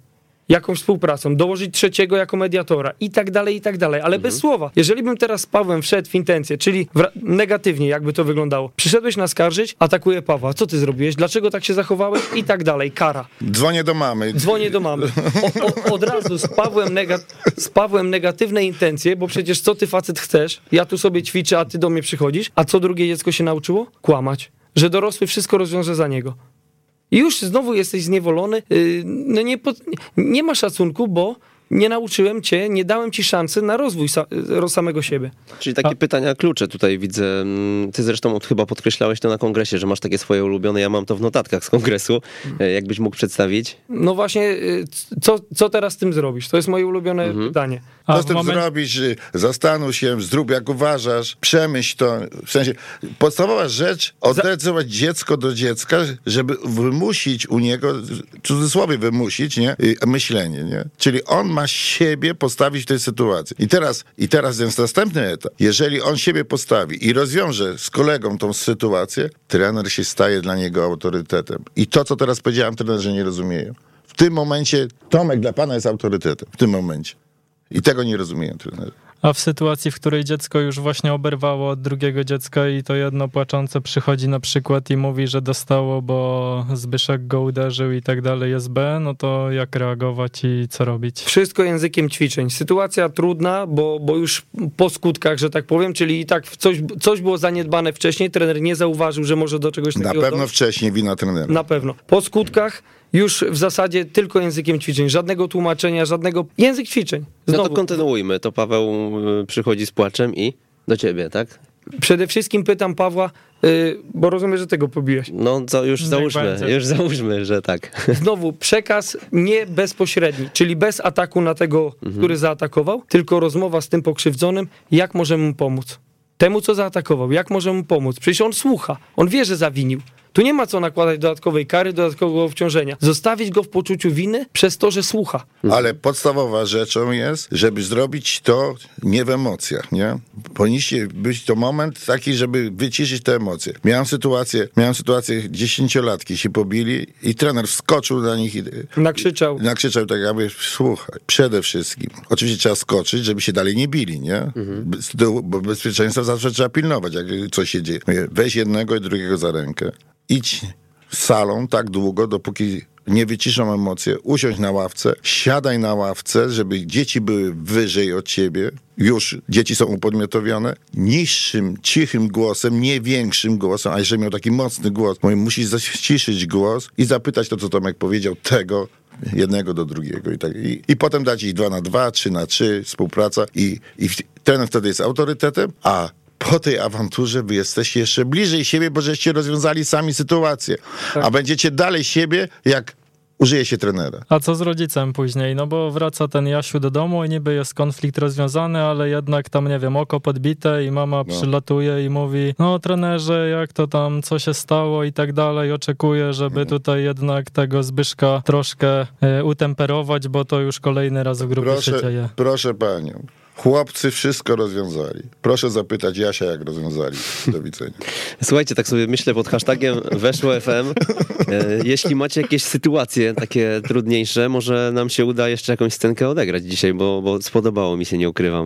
jakąś współpracą, dołożyć trzeciego jako mediatora i tak dalej, i tak dalej, ale bez słowa. Jeżeli bym teraz z Pawłem wszedł w intencję, czyli w, negatywnie, jakby to wyglądało, przyszedłeś naskarżyć, atakuje Pawła, co ty zrobiłeś, dlaczego tak się zachowałeś i tak dalej, kara. Dzwonię do mamy. Dzwonię do mamy. O, o, od razu z Pawłem, nega- z Pawłem negatywne intencje, bo przecież co ty facet chcesz, ja tu sobie ćwiczę, a ty do mnie przychodzisz, a co drugie dziecko się nauczyło? Kłamać. Że dorosły wszystko rozwiąże za niego. I już znowu jesteś zniewolony, yy, no nie, po, nie ma szacunku, bo nie nauczyłem cię, nie dałem ci szansy na rozwój sa, samego siebie. Czyli takie A- pytania klucze tutaj widzę. Ty zresztą chyba podkreślałeś to na kongresie, że masz takie swoje ulubione, ja mam to w notatkach z kongresu. Jakbyś mógł przedstawić? No właśnie, yy, co, co teraz z tym zrobisz? To jest moje ulubione Mhm. pytanie. A Co z w tym momencie- zrobić? Zastanów się, zrób jak uważasz, przemyśl to. W sensie, podstawowa rzecz, odreagować dziecko do dziecka, żeby wymusić u niego, w cudzysłowie wymusić, nie? Y, myślenie, nie? Czyli on ma siebie postawić w tej sytuacji. I teraz, i teraz jest następny etap. Jeżeli on siebie postawi i rozwiąże z kolegą tą sytuację, trener się staje dla niego autorytetem. I to, co teraz powiedziałem, trenerzy nie rozumieją. W tym momencie Tomek dla pana jest autorytetem. W tym momencie. I tego nie rozumieją trenerzy. A w sytuacji, w której dziecko już właśnie oberwało od drugiego dziecka i to jedno płaczące przychodzi na przykład i mówi, że dostało, bo Zbyszek go uderzył i tak dalej, jest B, no to jak reagować i co robić? Wszystko językiem ćwiczeń. Sytuacja trudna, bo, bo już po skutkach, że tak powiem, czyli i tak coś, coś było zaniedbane wcześniej, trener nie zauważył, że może do czegoś Na takiego pewno dojść. wcześniej wina trenera. Na pewno. Po skutkach już w zasadzie tylko językiem ćwiczeń. Żadnego tłumaczenia, żadnego... Język ćwiczeń. No Znowu. to kontynuujmy. To Paweł y, przychodzi z płaczem i do ciebie, tak? Przede wszystkim pytam Pawła, yy, bo rozumiem, że tego pobiłeś. No to już Niech załóżmy, będzie. już załóżmy, że tak. Znowu przekaz nie bezpośredni, czyli bez ataku na tego, który zaatakował, tylko rozmowa z tym pokrzywdzonym, jak możemy mu pomóc. Temu, co zaatakował, jak możemy mu pomóc. Przecież on słucha, on wie, że zawinił. Tu nie ma co nakładać dodatkowej kary, dodatkowego obciążenia. Zostawić go w poczuciu winy przez to, że słucha. Ale podstawowa rzeczą jest, żeby zrobić to nie w emocjach, nie? Powinniście być to moment taki, żeby wyciszyć te emocje. Miałem sytuację, miałem sytuację, dziesięciolatki się pobili i trener wskoczył na nich i Nakrzyczał. nakrzyczał tak jakby, słuchaj, przede wszystkim, oczywiście trzeba skoczyć, żeby się dalej nie bili, nie? Bez- do- Bo bezpieczeństwa zawsze trzeba pilnować, jak coś się dzieje. Mówię, weź jednego i drugiego za rękę. Idź salą tak długo, dopóki nie wyciszą emocje, usiądź na ławce, siadaj na ławce, żeby dzieci były wyżej od ciebie, już dzieci są upodmiotowione, niższym, cichym głosem, nie większym głosem, a jeżeli miał taki mocny głos, mówię, musisz zaciszyć głos i zapytać to, co Tomek powiedział, tego jednego do drugiego i tak. I, i potem dać ich dwa na dwa, trzy na trzy, współpraca i, i trener wtedy jest autorytetem, a po tej awanturze wy jesteście jeszcze bliżej siebie, bo żeście rozwiązali sami sytuację. Tak. A będziecie dalej siebie, jak użyje się trenera. A co z rodzicem później? No bo wraca ten Jasiu do domu i niby jest konflikt rozwiązany, ale jednak tam, nie wiem, oko podbite i mama No. przylatuje i mówi, no trenerze, jak to tam, co się stało i tak dalej. Oczekuję, żeby tutaj jednak tego Zbyszka troszkę e, utemperować, bo to już kolejny raz w grupie się Proszę, dzieje. proszę panią. Chłopcy wszystko rozwiązali. Proszę zapytać Jasia, jak rozwiązali. Do widzenia. Słuchajcie, tak sobie myślę pod hashtagiem Weszło F M. E, Jeśli macie jakieś sytuacje takie trudniejsze, może nam się uda jeszcze jakąś scenkę odegrać dzisiaj, bo, bo spodobało mi się, nie ukrywam.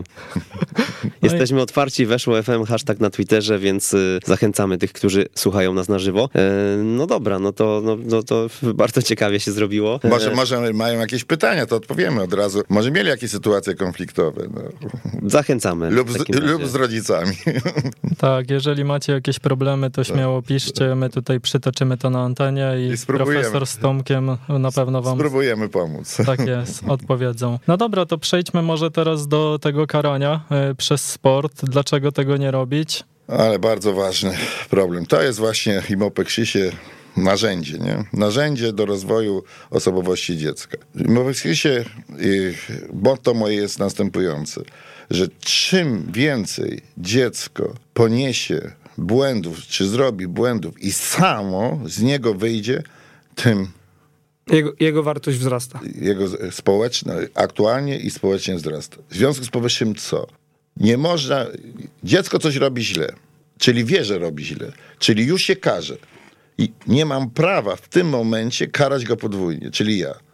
Jesteśmy otwarci, Weszło F M, hashtag na Twitterze, więc y, zachęcamy tych, którzy słuchają nas na żywo. E, No dobra, no to, no, no to bardzo ciekawie się zrobiło. E, Może, może mają jakieś pytania, to odpowiemy od razu. Może mieli jakieś sytuacje konfliktowe. No. Zachęcamy. Lub, w z, takim razie. lub z rodzicami. Tak, jeżeli macie jakieś problemy, to śmiało piszcie, my tutaj przytoczymy to na antenie i, I spróbujemy. profesor z Tomkiem na pewno wam Spróbujemy pomóc. tak jest, odpowiedzą. No dobra, to przejdźmy może teraz do tego karania y, przez sport. Dlaczego tego nie robić? Ale bardzo ważny problem. To jest właśnie w Imopexisie narzędzie, nie? Narzędzie do rozwoju osobowości dziecka. W Imopexisie y, motto moje jest następujące, że czym więcej dziecko poniesie błędów, czy zrobi błędów i samo z niego wyjdzie, tym Jego, jego wartość wzrasta. jego społeczna, aktualnie i społecznie wzrasta. W związku z powyższym co? Nie można, dziecko coś robi źle, czyli wie, że robi źle, czyli już się karze. I nie mam prawa w tym momencie karać go podwójnie, czyli ja.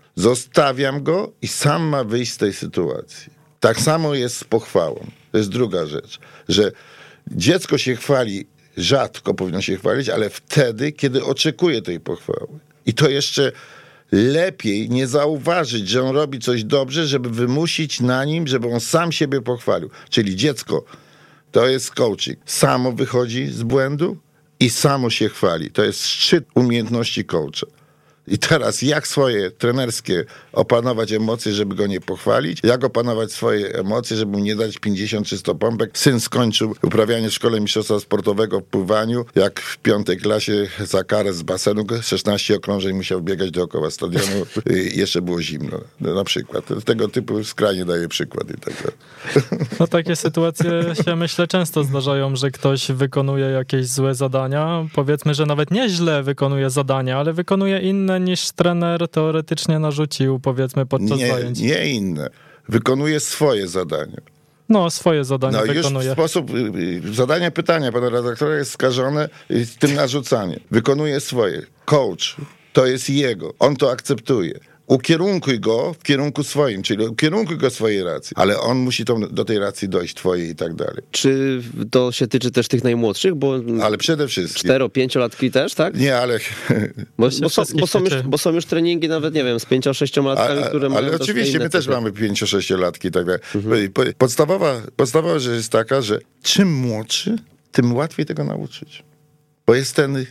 Zostawiam go i sam ma wyjść z tej sytuacji. Tak samo jest z pochwałą. To jest druga rzecz, że dziecko się chwali, rzadko powinno się chwalić, ale wtedy, kiedy oczekuje tej pochwały. I to jeszcze lepiej nie zauważyć, że on robi coś dobrze, żeby wymusić na nim, żeby on sam siebie pochwalił. Czyli dziecko, to jest coaching. Samo wychodzi z błędu i samo się chwali. To jest szczyt umiejętności coacha. I teraz jak swoje trenerskie opanować emocje, żeby go nie pochwalić, jak opanować swoje emocje, żeby mu nie dać pięćdziesiąt czy sto pompek. Syn skończył uprawianie w szkole mistrzostwa sportowego w pływaniu, jak w piątej klasie za karę z basenu szesnaście okrążeń musiał biegać dookoła stadionu i jeszcze było zimno. No, na przykład. Tego typu skrajnie daje przykład. I tak dalej. No takie sytuacje się myślę często zdarzają, że ktoś wykonuje jakieś złe zadania. Powiedzmy, że nawet nieźle wykonuje zadania, ale wykonuje inne niż trener teoretycznie narzucił, powiedzmy, podczas nie, zajęć. Nie inne. Wykonuje swoje zadania. No, swoje zadania No wykonuje. już w sposób, zadanie pytania pana redaktora jest skażone tym narzucaniem. Wykonuje swoje. Coach, to jest jego. On to akceptuje. Ukierunkuj go w kierunku swoim, czyli ukierunkuj go swojej racji, ale on musi tą, do tej racji dojść, twojej i tak dalej. Czy to się tyczy też tych najmłodszych? Bo Ale przede wszystkim... cztero-pięciolatki też, tak? Nie, ale... Bo, bo, są, bo, są już, tyczy. bo są już treningi nawet, nie wiem, z pięcio-sześciolatkami, które mają... Ale oczywiście, my też typy. mamy pięcio-sześciolatki i tak dalej. Mhm. Podstawowa, podstawowa rzecz jest taka, że czym młodszy, tym łatwiej tego nauczyć. Bo jest ten,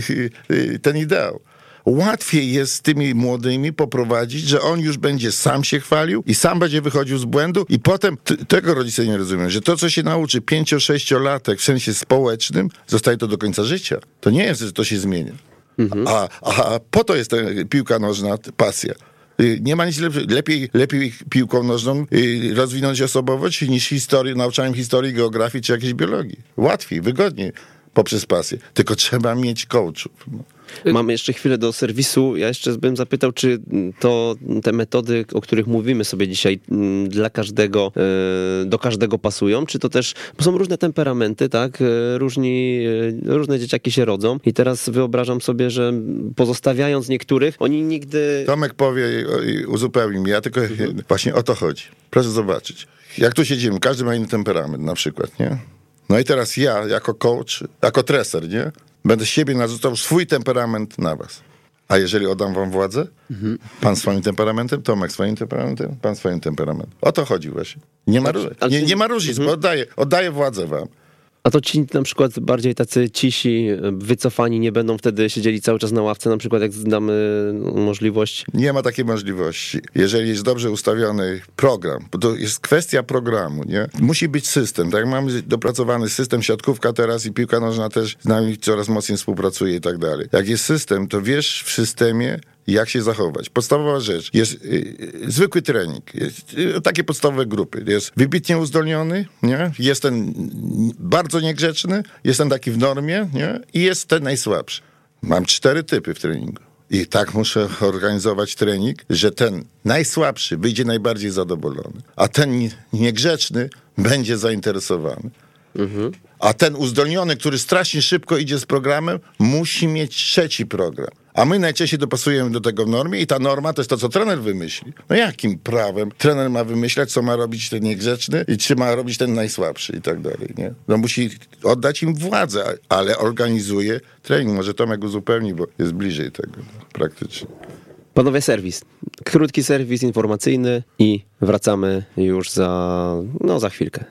ten ideał. Łatwiej jest z tymi młodymi poprowadzić, że on już będzie sam się chwalił i sam będzie wychodził z błędu i potem, t- tego rodzice nie rozumieją, że to, co się nauczy pięcio-sześciolatek w sensie społecznym, zostaje to do końca życia. To nie jest, że to się zmienia. Mhm. A, a po to jest ta piłka nożna, pasja. Nie ma nic lepszego. Lepiej, lepiej piłką nożną rozwinąć osobowość niż historię, nauczaniem historii, geografii czy jakiejś biologii. Łatwiej, wygodniej poprzez pasję. Tylko trzeba mieć coachów. Mamy jeszcze chwilę do serwisu. Ja jeszcze bym zapytał, czy to te metody, o których mówimy sobie dzisiaj, dla każdego, do każdego pasują, czy to też, bo są różne temperamenty, tak? Różni, różne dzieciaki się rodzą i teraz wyobrażam sobie, że pozostawiając niektórych, oni nigdy... Tomek powie i uzupełni mi, ja tylko mhm. właśnie o to chodzi. Proszę zobaczyć. Jak tu siedzimy, każdy ma inny temperament na przykład, nie? No i teraz ja, jako coach, jako treser, nie? Będę z siebie narzucał swój temperament na was. A jeżeli oddam wam władzę, mhm. pan swoim temperamentem, Tomek swoim temperamentem, pan swoim temperamentem. O to chodzi właśnie. Nie ma, A, nie, nie ma różnic, mhm. bo oddaję, oddaję władzę wam. A to ci na przykład bardziej tacy cisi, wycofani nie będą wtedy siedzieli cały czas na ławce, na przykład jak damy możliwość? Nie ma takiej możliwości. Jeżeli jest dobrze ustawiony program, bo to jest kwestia programu, nie? Musi być system, tak? Mamy dopracowany system, siatkówka teraz i piłka nożna też z nami coraz mocniej współpracuje i tak dalej. Jak jest system, to wiesz w systemie, jak się zachować. Podstawowa rzecz jest yy, zwykły trening. Jest, yy, takie podstawowe grupy. Jest wybitnie uzdolniony, nie? Jest ten bardzo niegrzeczny, jest ten taki w normie, nie? I jest ten najsłabszy. Mam cztery typy w treningu. I tak muszę organizować trening, że ten najsłabszy wyjdzie najbardziej zadowolony, a ten niegrzeczny będzie zainteresowany. Mhm. A ten uzdolniony, który strasznie szybko idzie z programem, musi mieć trzeci program. A my najczęściej dopasujemy do tego w normie i ta norma to jest to, co trener wymyśli. No jakim prawem trener ma wymyślać, co ma robić ten niegrzeczny i czy ma robić ten najsłabszy i tak dalej, nie? No musi oddać im władzę, ale organizuje trening. Może Tomek uzupełni, bo jest bliżej tego no, praktycznie. Panowie, serwis. Krótki serwis informacyjny i wracamy już za, no, za chwilkę.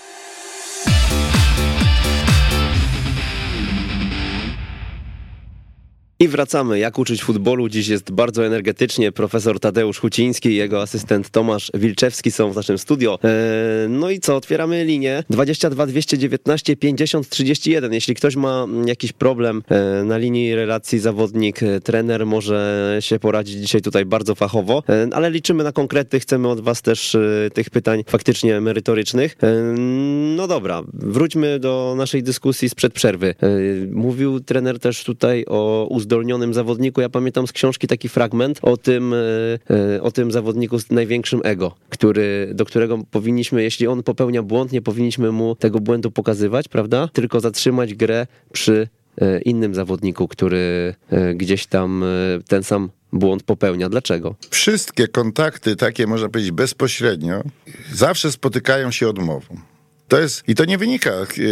I wracamy. Jak uczyć futbolu? Dziś jest bardzo energetycznie. Profesor Tadeusz Huciński i jego asystent Tomasz Wilczewski są w naszym studio. No i co? Otwieramy linię dwadzieścia dwa dwieście dziewiętnaście pięćdziesiąt trzydzieści jeden. Jeśli ktoś ma jakiś problem na linii relacji zawodnik-trener, może się poradzić dzisiaj tutaj bardzo fachowo, ale liczymy na konkrety. Chcemy od was też tych pytań faktycznie merytorycznych. No dobra, wróćmy do naszej dyskusji sprzed przerwy. Mówił trener też tutaj o uzdolnieniu zawodniku. Ja pamiętam z książki taki fragment o tym, o tym zawodniku z największym ego, który, do którego powinniśmy, jeśli on popełnia błąd, nie powinniśmy mu tego błędu pokazywać, prawda? Tylko zatrzymać grę przy innym zawodniku, który gdzieś tam ten sam błąd popełnia. Dlaczego? Wszystkie kontakty takie, można powiedzieć, bezpośrednio, zawsze spotykają się odmową. To jest, i to nie wynika,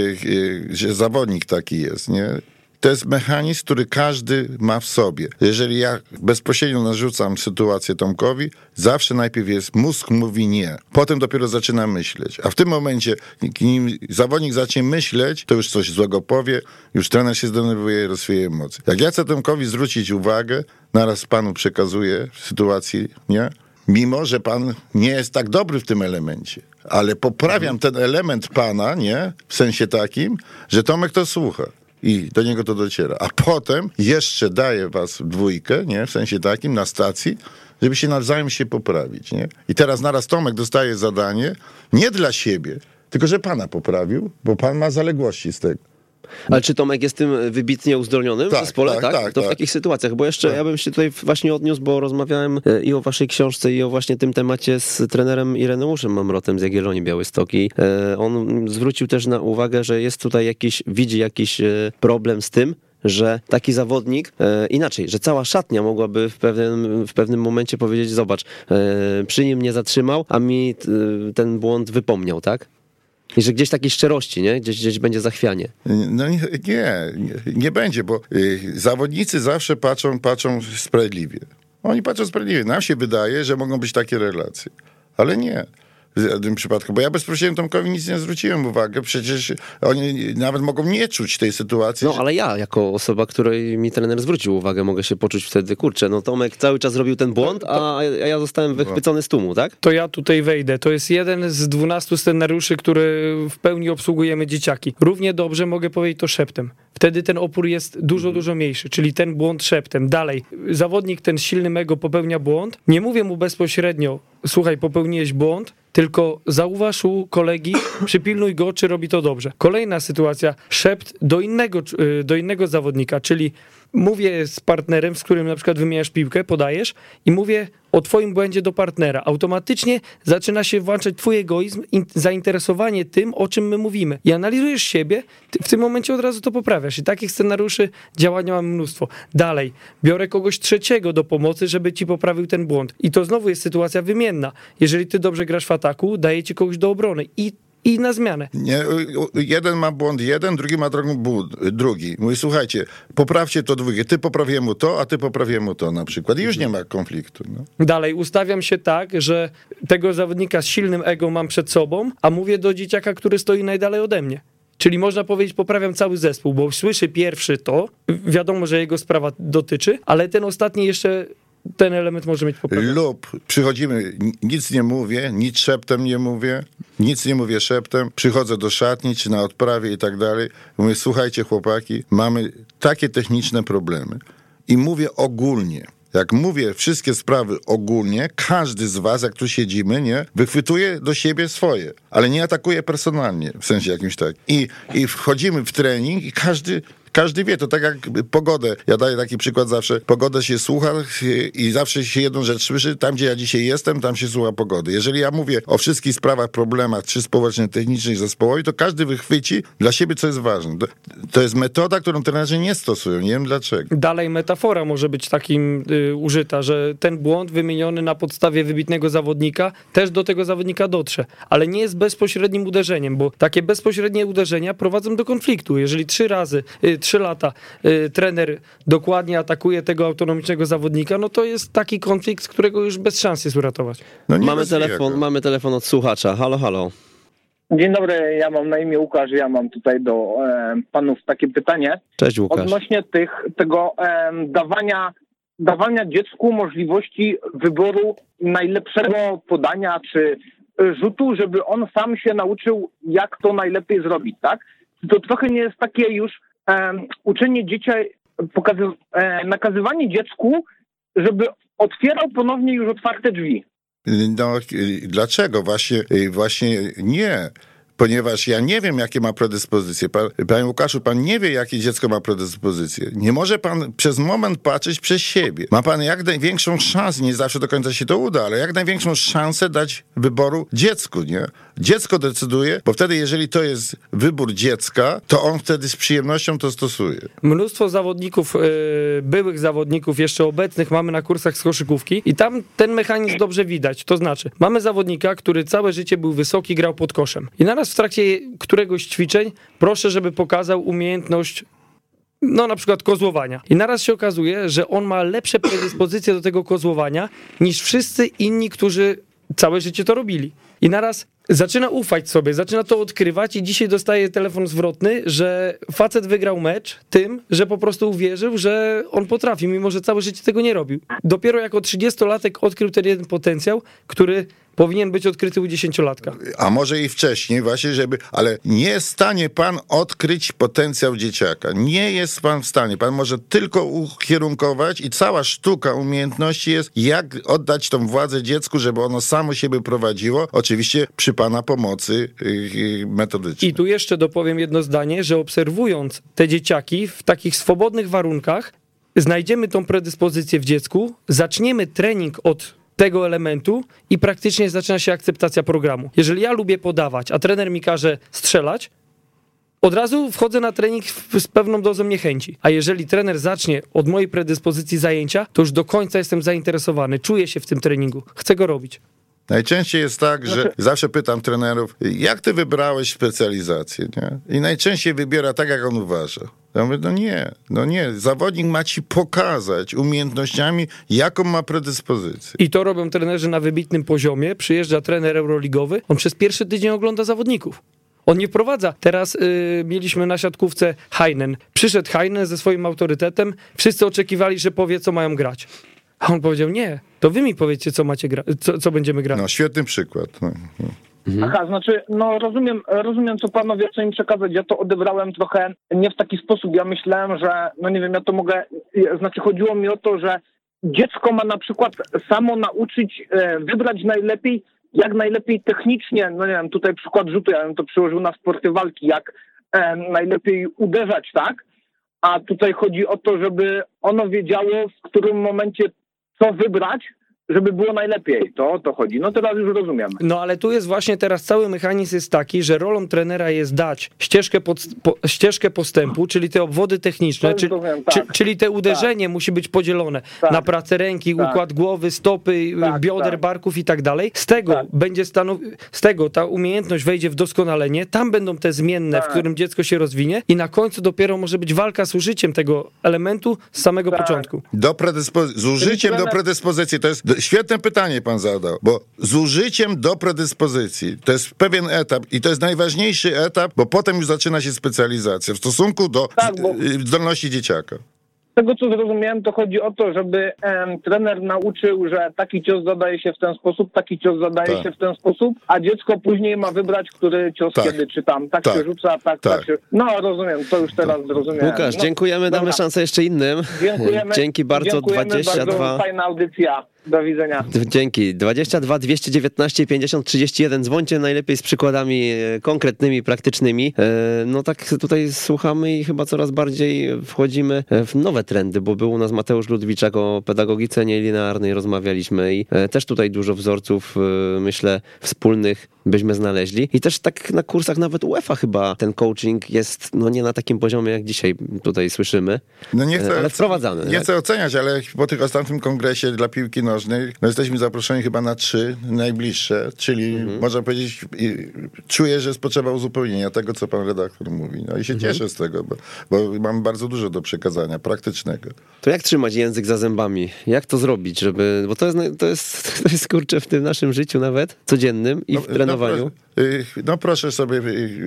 że zawodnik taki jest, nie? To jest mechanizm, który każdy ma w sobie. Jeżeli ja bezpośrednio narzucam sytuację Tomkowi, zawsze najpierw jest mózg mówi nie. Potem dopiero zaczyna myśleć. A w tym momencie, nim zawodnik zacznie myśleć, to już coś złego powie, już trener się zdenerwuje, rozwieje emocje. Jak ja chcę Tomkowi zwrócić uwagę, naraz panu przekazuję w sytuacji, nie? Mimo, że pan nie jest tak dobry w tym elemencie. Ale poprawiam ten element pana, nie? W sensie takim, że Tomek to słucha. I do niego to dociera. A potem jeszcze daję was w dwójkę, nie? W sensie takim, na stacji, żeby się nawzajem się poprawić, nie? I teraz naraz Tomek dostaje zadanie, nie dla siebie, tylko że pana poprawił, bo pan ma zaległości z tego. Ale czy Tomek jest tym wybitnie uzdolnionym tak, w zespole? Tak, tak? tak To tak. w takich sytuacjach, bo jeszcze tak. ja bym się tutaj właśnie odniósł, bo rozmawiałem i o waszej książce, i o właśnie tym temacie z trenerem Ireneuszem Mamrotem z Jagiellonii Białystok. I on zwrócił też na uwagę, że jest tutaj jakiś, widzi jakiś problem z tym, że taki zawodnik, e, inaczej, że cała szatnia mogłaby w pewnym, w pewnym momencie powiedzieć, zobacz, e, przy nim nie zatrzymał, a mi t, ten błąd wypomniał, tak? I że gdzieś takiej szczerości, nie? Gdzieś, gdzieś będzie zachwianie. No nie, nie, nie będzie, bo y, zawodnicy zawsze patrzą, patrzą sprawiedliwie. Oni patrzą sprawiedliwie. Nam się wydaje, że mogą być takie relacje, ale nie. W tym przypadku, bo ja bezpośrednio Tomkowi nic nie zwróciłem uwagi, przecież oni nawet mogą nie czuć tej sytuacji. No że... ale ja, jako osoba, której mi trener zwrócił uwagę, mogę się poczuć wtedy, kurczę, no Tomek cały czas robił ten błąd, a, a ja zostałem wychwycony z tłumu, tak? To ja tutaj wejdę. To jest jeden z dwunastu scenariuszy, który w pełni obsługujemy dzieciaki. Równie dobrze mogę powiedzieć to szeptem. Wtedy ten opór jest dużo, dużo mniejszy, czyli ten błąd szeptem. Dalej, zawodnik ten z silnym ego popełnia błąd. Nie mówię mu bezpośrednio, słuchaj, popełniłeś błąd, tylko zauważ u kolegi, przypilnuj go, czy robi to dobrze. Kolejna sytuacja, szept do innego, do innego zawodnika, czyli mówię z partnerem, z którym na przykład wymieniasz piłkę, podajesz i mówię o twoim błędzie do partnera. Automatycznie zaczyna się włączać twój egoizm, zainteresowanie tym, o czym my mówimy. I analizujesz siebie, w tym momencie od razu to poprawiasz. I takich scenariuszy działania mamy mnóstwo. Dalej, biorę kogoś trzeciego do pomocy, żeby ci poprawił ten błąd. I to znowu jest sytuacja wymienna. Jeżeli ty dobrze grasz w ataku, daję ci kogoś do obrony. I I na zmianę. Nie, jeden ma błąd jeden, drugi ma błąd drugi. Mówi, słuchajcie, poprawcie to dwójkę. Ty poprawię mu to, a ty poprawię mu to na przykład. I już nie ma konfliktu. No. Dalej, ustawiam się tak, że tego zawodnika z silnym ego mam przed sobą, a mówię do dzieciaka, który stoi najdalej ode mnie. Czyli można powiedzieć, poprawiam cały zespół, bo słyszy pierwszy to, wiadomo, że jego sprawa dotyczy, ale ten ostatni jeszcze... ten element może mieć poprawiony. Lub przychodzimy, nic nie mówię, nic szeptem nie mówię, nic nie mówię szeptem, przychodzę do szatni, czy na odprawie i tak dalej. Mówię, słuchajcie chłopaki, mamy takie techniczne problemy. I mówię ogólnie. Jak mówię wszystkie sprawy ogólnie, każdy z was, jak tu siedzimy, nie, wychwytuje do siebie swoje, ale nie atakuje personalnie, w sensie jakimś tak. I, i wchodzimy w trening i każdy... Każdy wie, to tak jak pogodę. Ja daję taki przykład zawsze. Pogodę się słucha i zawsze się jedną rzecz słyszy. Tam, gdzie ja dzisiaj jestem, tam się słucha pogody. Jeżeli ja mówię o wszystkich sprawach, problemach, czy społecznych, technicznych, zespołowych, to każdy wychwyci dla siebie, co jest ważne. To, to jest metoda, którą trenerzy nie stosują. Nie wiem dlaczego. Dalej metafora może być takim y, użyta, że ten błąd wymieniony na podstawie wybitnego zawodnika też do tego zawodnika dotrze. Ale nie jest bezpośrednim uderzeniem, bo takie bezpośrednie uderzenia prowadzą do konfliktu. Jeżeli trzy razy... Y, trzy lata y, trener dokładnie atakuje tego autonomicznego zawodnika, no to jest taki konflikt, którego już bez szans jest uratować. No nie Mamy bez telefon, jego. mamy telefon od słuchacza. Halo, halo. Dzień dobry, ja mam na imię Łukasz, ja mam tutaj do e, panów takie pytanie. Cześć Łukasz. Odnośnie tych, tego e, dawania, dawania dziecku możliwości wyboru najlepszego podania czy rzutu, żeby on sam się nauczył, jak to najlepiej zrobić, tak? To trochę nie jest takie już e, uczenie dziecię, pokazy- e, nakazywanie dziecku, żeby otwierał ponownie już otwarte drzwi. No, dlaczego? Właśnie, właśnie nie. ponieważ ja nie wiem, jakie ma predyspozycje. Pan, panie Łukaszu, pan nie wie, jakie dziecko ma predyspozycje. Nie może pan przez moment patrzeć przez siebie. Ma pan jak największą szansę, nie zawsze do końca się to uda, ale jak największą szansę dać wyboru dziecku, nie? Dziecko decyduje, bo wtedy, jeżeli to jest wybór dziecka, to on wtedy z przyjemnością to stosuje. Mnóstwo zawodników, yy, byłych zawodników, jeszcze obecnych mamy na kursach z koszykówki i tam ten mechanizm dobrze widać. To znaczy, mamy zawodnika, który całe życie był wysoki, grał pod koszem. I naraz w trakcie któregoś ćwiczeń proszę, żeby pokazał umiejętność, no na przykład kozłowania. I naraz się okazuje, że on ma lepsze predyspozycje do tego kozłowania niż wszyscy inni, którzy całe życie to robili. I naraz zaczyna ufać sobie, zaczyna to odkrywać i dzisiaj dostaje telefon zwrotny, że facet wygrał mecz tym, że po prostu uwierzył, że on potrafi, mimo że całe życie tego nie robił. Dopiero jako trzydziestolatek odkrył ten jeden potencjał, który powinien być odkryty u dziesięciolatka. A może i wcześniej właśnie, żeby... Ale nie jest w stanie pan odkryć potencjał dzieciaka. Nie jest pan w stanie. Pan może tylko ukierunkować i cała sztuka umiejętności jest, jak oddać tą władzę dziecku, żeby ono samo siebie prowadziło. Oczywiście przy pana pomocy metodycznej. I tu jeszcze dopowiem jedno zdanie, że obserwując te dzieciaki w takich swobodnych warunkach, znajdziemy tą predyspozycję w dziecku, zaczniemy trening od tego elementu i praktycznie zaczyna się akceptacja programu. Jeżeli ja lubię podawać, a trener mi każe strzelać, od razu wchodzę na trening z pewną dozą niechęci. A jeżeli trener zacznie od mojej predyspozycji zajęcia, to już do końca jestem zainteresowany, czuję się w tym treningu, chcę go robić. Najczęściej jest tak, że znaczy... zawsze pytam trenerów, jak ty wybrałeś specjalizację, nie? I najczęściej wybiera tak, jak on uważa. Ja mówię, no nie, no nie. Zawodnik ma ci pokazać umiejętnościami, jaką ma predyspozycję. I to robią trenerzy na wybitnym poziomie. Przyjeżdża trener euroligowy, on przez pierwszy tydzień ogląda zawodników. On nie wprowadza. Teraz yy, mieliśmy na siatkówce Heinen. Przyszedł Heinen ze swoim autorytetem. Wszyscy oczekiwali, że powie, co mają grać. A on powiedział, nie, to wy mi powiedzcie, co macie gra- co, co będziemy grać. No, świetny przykład. No. Mhm. Aha, znaczy, no rozumiem, rozumiem, co panowie chcą mi przekazać. Ja to odebrałem trochę nie w taki sposób. Ja myślałem, że, no nie wiem, ja to mogę, znaczy chodziło mi o to, że dziecko ma na przykład samo nauczyć, wybrać najlepiej, jak najlepiej technicznie, no nie wiem, tutaj przykład rzutu, ja bym to przyłożył na sporty walki, jak e, najlepiej uderzać, tak? A tutaj chodzi o to, żeby ono wiedziało, w którym momencie co wybrać, żeby było najlepiej. To o to chodzi. No teraz już rozumiem. No ale tu jest właśnie teraz cały mechanizm jest taki, że rolą trenera jest dać ścieżkę, pod, po, ścieżkę postępu, czyli te obwody techniczne, czy, rozumiem, tak. czy, czyli te uderzenie tak. musi być podzielone tak. na pracę ręki, tak. układ głowy, stopy, tak, bioder, tak. barków i tak dalej. Z tego tak. będzie stanowi- z tego ta umiejętność wejdzie w doskonalenie, tam będą te zmienne, tak. w którym dziecko się rozwinie i na końcu dopiero może być walka z użyciem tego elementu z samego tak. początku. Do predyspo- z użyciem do predyspozycji. To jest świetne pytanie pan zadał, bo z użyciem do predyspozycji to jest pewien etap i to jest najważniejszy etap, bo potem już zaczyna się specjalizacja w stosunku do tak, bo... zdolności dzieciaka. Z tego, co zrozumiałem, to chodzi o to, żeby em, trener nauczył, że taki cios zadaje się w ten sposób, taki cios zadaje tak. się w ten sposób, a dziecko później ma wybrać, który cios tak. kiedy, czy tam tak, tak się rzuca, tak, tak, tak się... No, rozumiem, to już teraz tak. zrozumiałem. Łukasz, no, dziękujemy, damy dobra. szansę jeszcze innym. Dziękujemy. Dzięki bardzo, dziękujemy dwadzieścia dwa. Bardzo fajna audycja. Do widzenia. Dzięki. dwadzieścia dwa dwieście dziewiętnaście pięćdziesiąt trzydzieści jeden. Dzwońcie najlepiej z przykładami konkretnymi, praktycznymi. No tak tutaj słuchamy i chyba coraz bardziej wchodzimy w nowe trendy, bo był u nas Mateusz Ludwiczak o pedagogice nielinearnej rozmawialiśmy i też tutaj dużo wzorców, myślę, wspólnych byśmy znaleźli. I też tak na kursach nawet UEFA chyba ten coaching jest no nie na takim poziomie, jak dzisiaj tutaj słyszymy, no nie chcę, ale wprowadzany. Nie tak? chcę oceniać, ale po tych ostatnim kongresie dla piłki nożnej, no jesteśmy zaproszeni chyba na trzy najbliższe, czyli mhm. można powiedzieć, czuję, że jest potrzeba uzupełnienia tego, co pan redaktor mówi. No i się mhm. cieszę z tego, bo, bo mam bardzo dużo do przekazania, praktycznego. To jak trzymać język za zębami? Jak to zrobić, żeby, bo to jest, to jest, to jest kurczę w tym naszym życiu nawet, codziennym i w no, trenowaniu. No, no proszę sobie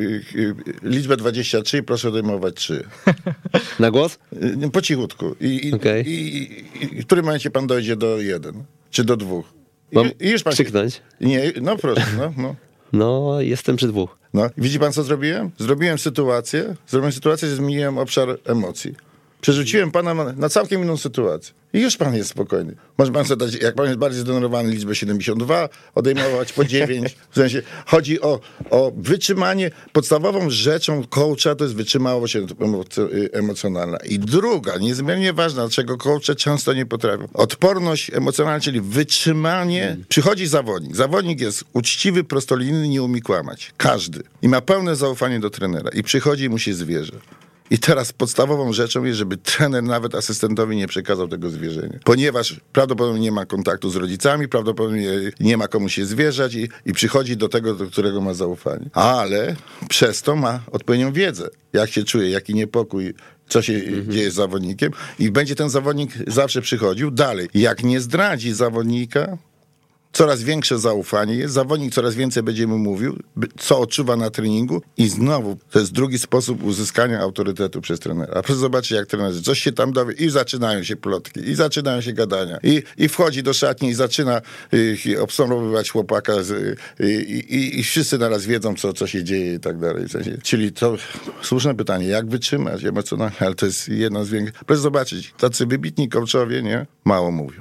liczbę dwadzieścia trzy i proszę odejmować trzy. Na głos? Po cichutku. I, i, okay. i, i w którym momencie pan dojdzie do jeden, czy do dwóch. I, Mam i już pan krzyknąć? Się, nie, no proszę, no, no. No, jestem przy dwóch. No, widzi pan, co zrobiłem? Zrobiłem sytuację, zrobiłem sytuację, że zmieniłem obszar emocji. Przerzuciłem pana na, na całkiem inną sytuację. I już pan jest spokojny. Może pan sobie dać, jak pan jest bardziej zdenerwowany, liczbę siedemdziesiąt dwa, odejmować po dziewięć. W sensie chodzi o, o wytrzymanie. Podstawową rzeczą coacha to jest wytrzymałość emocjonalna. I druga, niezmiernie ważna, czego coache często nie potrafią. Odporność emocjonalna, czyli wytrzymanie. Przychodzi zawodnik. Zawodnik jest uczciwy, prostolinijny, nie umie kłamać. Każdy. I ma pełne zaufanie do trenera. I przychodzi i mu się zwierzy. I teraz podstawową rzeczą jest, żeby trener nawet asystentowi nie przekazał tego zwierzenia. Ponieważ prawdopodobnie nie ma kontaktu z rodzicami, prawdopodobnie nie ma komu się zwierzać i, i przychodzi do tego, do którego ma zaufanie. Ale przez to ma odpowiednią wiedzę, jak się czuje, jaki niepokój, co się mhm. dzieje z zawodnikiem i będzie ten zawodnik zawsze przychodził dalej. Jak nie zdradzi zawodnika, coraz większe zaufanie jest, zawodnik coraz więcej będzie mu mówił, co odczuwa na treningu i znowu to jest drugi sposób uzyskania autorytetu przez trenera. A proszę zobaczyć, jak trenerzy coś się tam dowie i zaczynają się plotki, i zaczynają się gadania. I, i wchodzi do szatni i zaczyna y, obserwowywać chłopaka z, y, i, i wszyscy naraz wiedzą, co, co się dzieje i tak dalej. W sensie, czyli to słuszne pytanie, jak wytrzymać emocjonalnie, ale to jest jedno z większych. Proszę zobaczyć, tacy wybitni coachowie, nie? Mało mówią.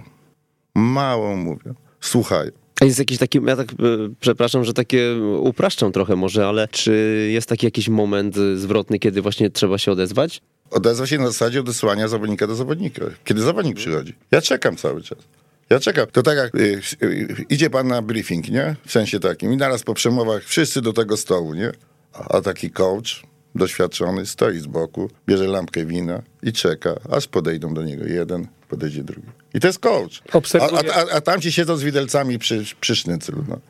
Mało mówią. Słuchają. A jest jakiś taki, ja tak e, przepraszam, że takie upraszczam trochę może, ale czy jest taki jakiś moment zwrotny, kiedy właśnie trzeba się odezwać? Odezwa się na zasadzie odesłania zawodnika do zawodnika. Kiedy zawodnik przychodzi. Ja czekam cały czas. Ja czekam. To tak jak y, y, idzie pan na briefing, nie? W sensie takim. I naraz po przemowach wszyscy do tego stołu, nie? A, a taki coach doświadczony stoi z boku, bierze lampkę wina i czeka, aż podejdą do niego jeden, podejdzie drugi. I to jest coach. A, a, a, a tam ci siedzą z widelcami przy, przy sznyclu. No.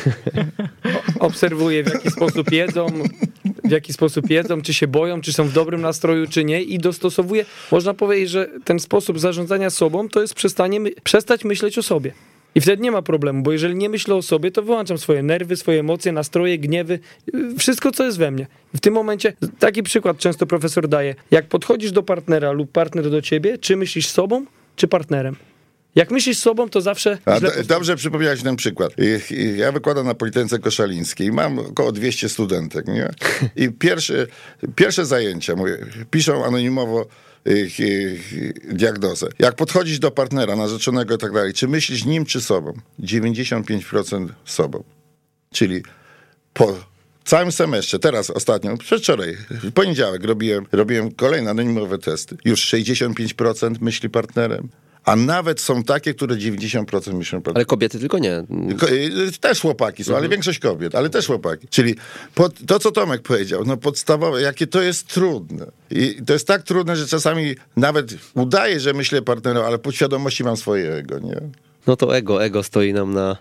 Obserwuję, w jaki sposób jedzą, w jaki sposób jedzą, czy się boją, czy są w dobrym nastroju, czy nie i dostosowuje. Można powiedzieć, że ten sposób zarządzania sobą to jest przestanie, przestać myśleć o sobie. I wtedy nie ma problemu, bo jeżeli nie myślę o sobie, to wyłączam swoje nerwy, swoje emocje, nastroje, gniewy, wszystko, co jest we mnie. W tym momencie, taki przykład często profesor daje, jak podchodzisz do partnera lub partner do ciebie, czy myślisz sobą, czy partnerem? Jak myślisz sobą, to zawsze... A, do, dobrze przypomniałeś ten przykład. Ja wykładam na Politechnice Koszalińskiej, mam około dwieście studentek, nie? I pierwsze, pierwsze zajęcia moje, piszą anonimowo Ich, ich, diagnozę. Jak podchodzisz do partnera, narzeczonego i tak dalej, czy myślisz nim, czy sobą? dziewięćdziesiąt pięć procent sobą. Czyli po całym semestrze, teraz ostatnio, przedwczoraj, w poniedziałek robiłem, robiłem kolejne anonimowe testy. Już sześćdziesiąt pięć procent myśli partnerem. A nawet są takie, które dziewięćdziesiąt procent myślą partnerem. Ale kobiety tylko nie. Ko- też chłopaki są, mhm. ale większość kobiet, ale też chłopaki. Czyli pod, to, co Tomek powiedział, no podstawowe, jakie to jest trudne. I to jest tak trudne, że czasami nawet udaje, że myślę partnerem, ale podświadomości mam swoje ego, nie? No to ego, ego stoi nam na,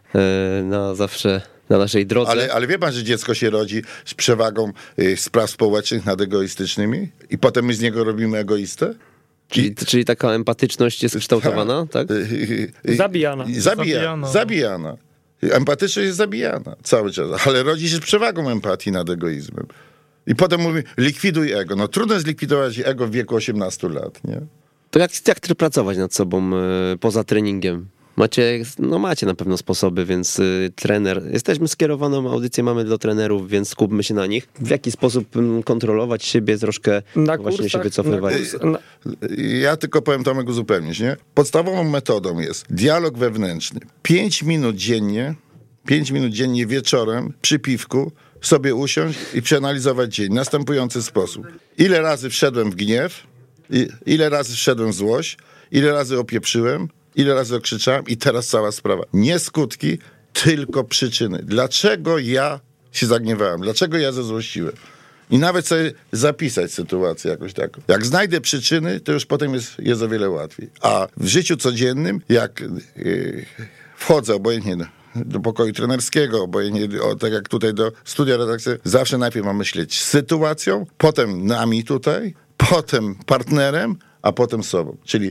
na zawsze na naszej drodze. Ale, ale wie pan, że dziecko się rodzi z przewagą y, spraw społecznych nad egoistycznymi i potem my z niego robimy egoistę? Czyli, czyli taka empatyczność jest kształtowana, tak? Zabijana. Zabijana. Zabijana. Zabijana. Empatyczność jest zabijana cały czas, ale rodzi się z przewagą empatii nad egoizmem. I potem mówi, likwiduj ego. No trudno jest likwidować ego w wieku osiemnastu lat, nie? To jak, jak pracować nad sobą y, poza treningiem? Macie, no macie na pewno sposoby, więc y, trener, jesteśmy skierowaną audycję, mamy dla trenerów, więc skupmy się na nich. W jaki sposób y, kontrolować siebie, troszkę na właśnie kursach, się wycofywać? Na kurs, na... Ja tylko powiem Tomek uzupełnić, nie? Podstawową metodą jest dialog wewnętrzny. Pięć minut dziennie, pięć minut dziennie wieczorem przy piwku sobie usiąść i przeanalizować dzień. Następujący sposób. Ile razy wszedłem w gniew, ile razy wszedłem w złość, ile razy opieprzyłem, ile razy okrzyczałem i teraz cała sprawa. Nie skutki, tylko przyczyny. Dlaczego ja się zagniewałem? Dlaczego ja zezłościłem? I nawet sobie zapisać sytuację jakoś taką. Jak znajdę przyczyny, to już potem jest, jest o wiele łatwiej. A w życiu codziennym, jak yy, wchodzę obojętnie do, do pokoju trenerskiego, obojętnie, o, tak jak tutaj do studia redakcyjnego, zawsze najpierw mam myśleć sytuacją, potem nami tutaj, potem partnerem, a potem sobą. Czyli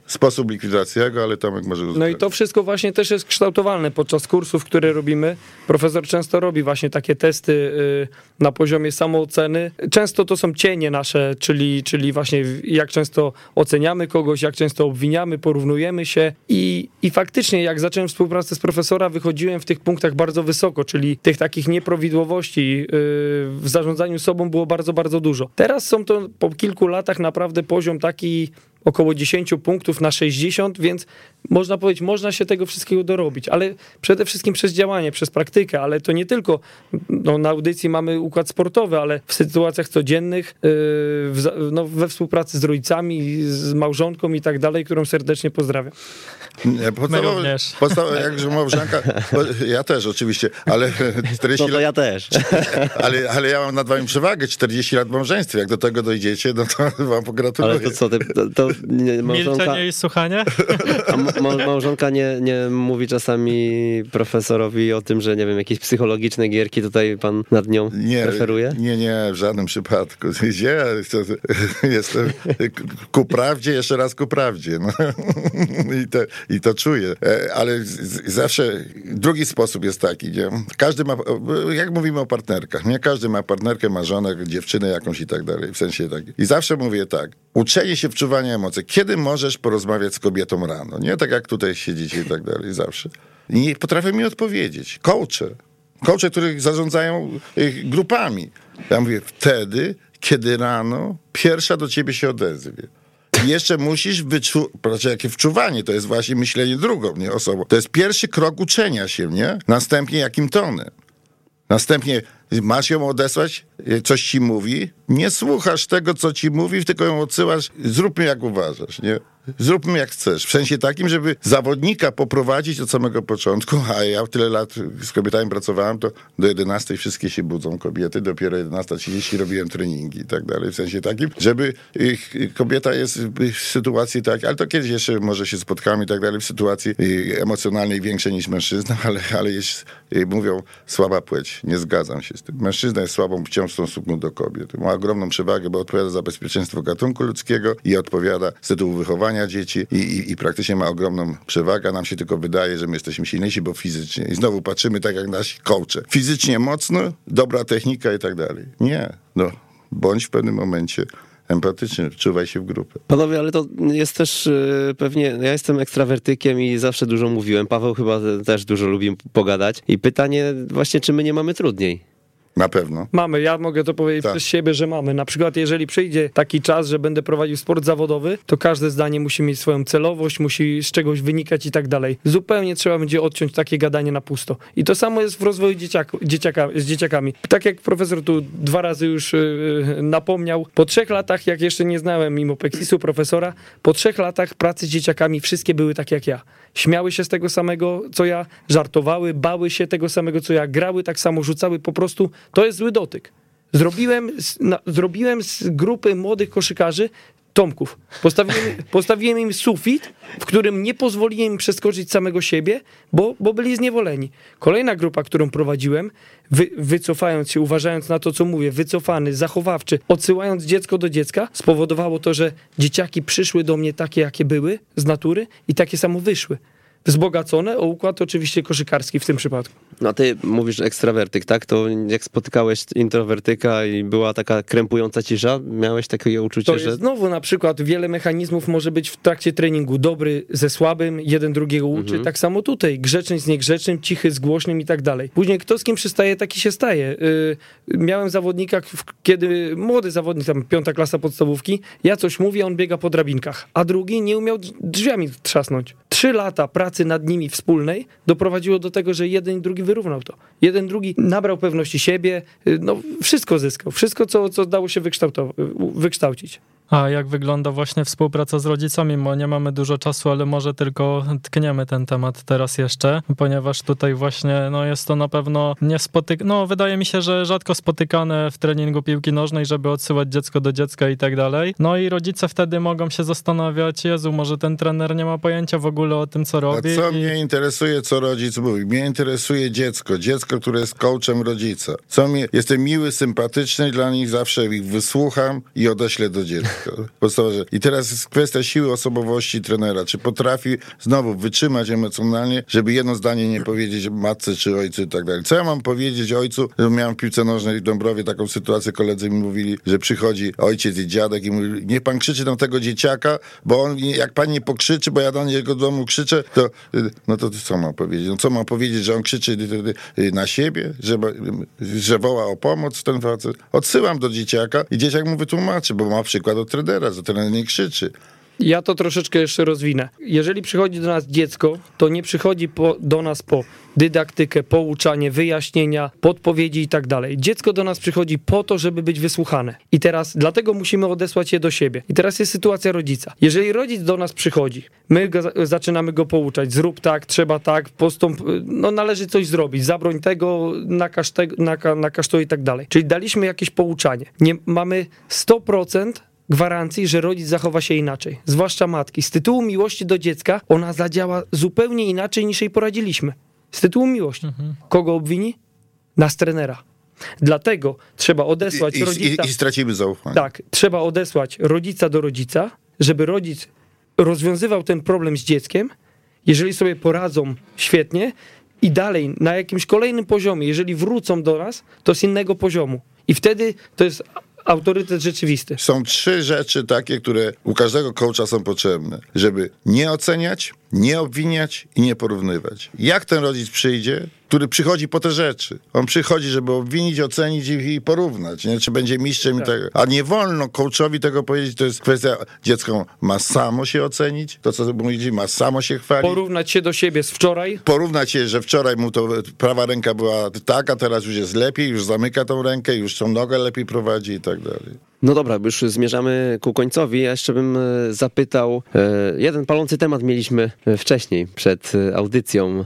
sposób likwidacji jego, ale Tomek może No i to wszystko właśnie też jest kształtowane podczas kursów, które robimy. Profesor często robi właśnie takie testy y, na poziomie samooceny. Często to są cienie nasze, czyli, czyli właśnie jak często oceniamy kogoś, jak często obwiniamy, porównujemy się i, i faktycznie jak zacząłem współpracę z profesora, wychodziłem w tych punktach bardzo wysoko, czyli tych takich nieprawidłowości y, w zarządzaniu sobą było bardzo, bardzo dużo. Teraz są to po kilku latach naprawdę poziom taki około dziesięć punktów na sześćdziesiąt, więc można powiedzieć, można się tego wszystkiego dorobić, ale przede wszystkim przez działanie, przez praktykę, ale to nie tylko, no, na audycji mamy układ sportowy, ale w sytuacjach codziennych, yy, w, no, we współpracy z rodzicami, z małżonką i tak dalej, którą serdecznie pozdrawiam. Nie, podstawowe, podstawowe, jakże małżonka, ja też oczywiście, ale czterdzieści No to lat, ja też. ale, ale ja mam nad wami przewagę, czterdzieści lat w małżeństwie, jak do tego dojdziecie, no to wam pogratuluję. Ale to co, ty, to, to nie, małżonka, milczenie i słuchanie? a ma, małżonka nie, nie mówi czasami profesorowi o tym, że nie wiem, jakieś psychologiczne gierki tutaj pan nad nią nie, preferuje? Nie, nie, w żadnym przypadku. Gdzie? Jestem ku prawdzie, jeszcze raz ku prawdzie. No. I, to, I to czuję. Ale zawsze drugi sposób jest taki, nie? Każdy ma, jak mówimy o partnerkach, nie? Każdy ma partnerkę, ma żonę, dziewczynę jakąś i tak dalej. W sensie taki. I zawsze mówię tak, uczenie się wczuwania emocji. Kiedy możesz porozmawiać z kobietą rano? Nie tak jak tutaj siedzicie i tak dalej, zawsze. I nie potrafię mi odpowiedzieć. Coache. Coache, których zarządzają grupami. Ja mówię, wtedy, kiedy rano pierwsza do ciebie się odezwie. I jeszcze musisz wyczuć, znaczy jakie wczuwanie, to jest właśnie myślenie drugą, nie, osobą. To jest pierwszy krok uczenia się, nie? Następnie jakim tonem. Następnie masz ją odesłać, coś ci mówi, nie słuchasz tego, co ci mówi, tylko ją odsyłasz, zróbmy jak uważasz, nie? Zróbmy jak chcesz. W sensie takim, żeby zawodnika poprowadzić od samego początku, a ja tyle lat z kobietami pracowałem, to do jedenastej wszystkie się budzą kobiety, dopiero jedenasta trzydzieści robiłem treningi i tak dalej. W sensie takim, żeby kobieta jest w sytuacji takiej, ale to kiedyś jeszcze może się spotkamy i tak dalej, w sytuacji emocjonalnej większej niż mężczyzna, ale, ale jest, mówią, słaba płeć. Nie zgadzam się z tym. Mężczyzna jest słabą płcią w stosunku do kobiet. Ma ogromną przewagę, bo odpowiada za bezpieczeństwo gatunku ludzkiego i odpowiada z tytułu wychowania dzieci i, i, i praktycznie ma ogromną przewagę. Nam się tylko wydaje, że my jesteśmy silniejsi, bo fizycznie. I znowu patrzymy tak jak nasi coache. Fizycznie mocno, dobra technika i tak dalej. Nie. No, bądź w pewnym momencie empatyczny, czuwaj się w grupę. Panowie, ale to jest też yy, pewnie, ja jestem ekstrawertykiem i zawsze dużo mówiłem. Paweł chyba też dużo lubi pogadać. I pytanie właśnie, czy my nie mamy trudniej? Na pewno. Mamy, ja mogę to powiedzieć Tak. przez siebie, że mamy. Na przykład jeżeli przyjdzie taki czas, że będę prowadził sport zawodowy, to każde zdanie musi mieć swoją celowość, musi z czegoś wynikać i tak dalej. Zupełnie trzeba będzie odciąć takie gadanie na pusto. I to samo jest w rozwoju dzieciaku, dzieciaka, z dzieciakami. Tak jak profesor tu dwa razy już yy, napomniał, po trzech latach, jak jeszcze nie znałem mimo Pexisu profesora, po trzech latach pracy z dzieciakami wszystkie były takie jak ja. Śmiały się z tego samego, co ja, żartowały, bały się tego samego, co ja, grały tak samo, rzucały, po prostu to jest zły dotyk. Zrobiłem z, na, zrobiłem z grupy młodych koszykarzy Tomków. Postawiłem, postawiłem im sufit, w którym nie pozwoliłem im przeskoczyć samego siebie, bo, bo byli zniewoleni. Kolejna grupa, którą prowadziłem, wy, wycofając się, uważając na to, co mówię, wycofany, zachowawczy, odsyłając dziecko do dziecka, spowodowało to, że dzieciaki przyszły do mnie takie, jakie były z natury i takie samo wyszły. Wzbogacone o układ oczywiście koszykarski w tym przypadku. No ty mówisz ekstrawertyk, tak? To jak spotykałeś introwertyka i była taka krępująca cisza, miałeś takie uczucie, To że... jest znowu na przykład wiele mechanizmów może być w trakcie treningu. Dobry ze słabym, jeden drugiego uczy. Mhm. Tak samo tutaj. Grzeczny z niegrzecznym, cichy z głośnym i tak dalej. Później kto z kim przystaje, taki się staje. Yy, miałem zawodnika, kiedy młody zawodnik, tam piąta klasa podstawówki, ja coś mówię, on biega po drabinkach, a drugi nie umiał drzwiami trzasnąć. Trzy lata pracy nad nimi wspólnej doprowadziło do tego, że jeden i drugi wyrównał to. Jeden, drugi nabrał pewności siebie, no wszystko zyskał. Wszystko, co, co dało się wykształcić. A jak wygląda właśnie współpraca z rodzicami? Bo nie mamy dużo czasu, ale może tylko tkniemy ten temat teraz jeszcze, ponieważ tutaj właśnie no jest to na pewno niespotyk... No wydaje mi się, że rzadko spotykane w treningu piłki nożnej, żeby odsyłać dziecko do dziecka i tak dalej. No i rodzice wtedy mogą się zastanawiać, Jezu, może ten trener nie ma pojęcia w ogóle o tym, co robi. A co i... mnie interesuje, co rodzic mówi? Mnie interesuje dziecko, dziecko, które jest coachem rodzica. Co mnie... Jestem miły, sympatyczny dla nich, zawsze ich wysłucham i odeślę do dziecka. Podstawowe. I teraz jest kwestia siły osobowości trenera. Czy potrafi znowu wytrzymać emocjonalnie, żeby jedno zdanie nie powiedzieć matce czy ojcu i tak dalej. Co ja mam powiedzieć ojcu? Miałem w piłce nożnej w Dąbrowie taką sytuację, koledzy mi mówili, że przychodzi ojciec i dziadek i mówi, niech pan krzyczy na tego dzieciaka, bo on, jak pan nie pokrzyczy, bo ja do niego domu krzyczę, to no to co mam powiedzieć? No co mam powiedzieć, że on krzyczy na siebie, że, że woła o pomoc ten facet? Odsyłam do dzieciaka i dzieciak mu wytłumaczy, bo ma przykład od trenera, że trener nie krzyczy. Ja to troszeczkę jeszcze rozwinę. Jeżeli przychodzi do nas dziecko, to nie przychodzi po, do nas po dydaktykę, pouczanie, wyjaśnienia, podpowiedzi i tak dalej. Dziecko do nas przychodzi po to, żeby być wysłuchane. I teraz dlatego musimy odesłać je do siebie. I teraz jest sytuacja rodzica. Jeżeli rodzic do nas przychodzi, my go, zaczynamy go pouczać, zrób tak, trzeba tak, postąp, no należy coś zrobić, zabroń tego, nakaż, te, naka, nakaż to i tak dalej. Czyli daliśmy jakieś pouczanie. Nie, mamy sto procent gwarancji, że rodzic zachowa się inaczej, zwłaszcza matki. Z tytułu miłości do dziecka ona zadziała zupełnie inaczej niż jej poradziliśmy. Z tytułu miłości. Mhm. Kogo obwini? Nas, trenera. Dlatego trzeba odesłać I, i, rodzica... I, I stracimy zaufanie. Tak, trzeba odesłać rodzica do rodzica, żeby rodzic rozwiązywał ten problem z dzieckiem. Jeżeli sobie poradzą, świetnie. I dalej, na jakimś kolejnym poziomie, jeżeli wrócą do nas, to z innego poziomu. I wtedy to jest autorytet rzeczywisty. Są trzy rzeczy takie, które u każdego coacha są potrzebne. Żeby nie oceniać, nie obwiniać i nie porównywać. Jak ten rodzic przyjdzie, który przychodzi po te rzeczy? On przychodzi, żeby obwinić, ocenić i, i porównać, nie? Czy będzie mistrzem tak. i tego. A nie wolno coachowi tego powiedzieć, to jest kwestia, dziecko ma samo się ocenić, to co mówicie, ma samo się chwalić. Porównać się do siebie z wczoraj. Porównać się, że wczoraj mu to prawa ręka była tak, a teraz już jest lepiej, już zamyka tą rękę, już tą nogę lepiej prowadzi i tak dalej. No dobra, już zmierzamy ku końcowi. Ja jeszcze bym zapytał, jeden palący temat mieliśmy wcześniej, przed audycją,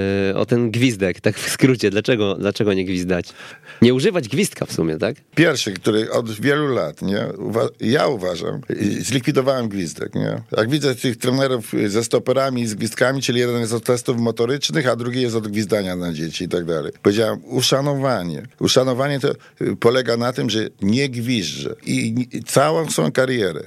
o ten gwizdek, tak w skrócie. Dlaczego, dlaczego nie gwizdać? Nie używać gwizdka w sumie, tak? Pierwszy, który od wielu lat, nie, uwa- ja uważam, zlikwidowałem gwizdek, nie? Jak widzę tych trenerów ze stoperami i z gwizdkami, czyli jeden jest od testów motorycznych, a drugi jest od gwizdania na dzieci i tak dalej. Powiedziałem, uszanowanie. Uszanowanie to polega na tym, że nie gwizdżę. I, i całą swoją karierę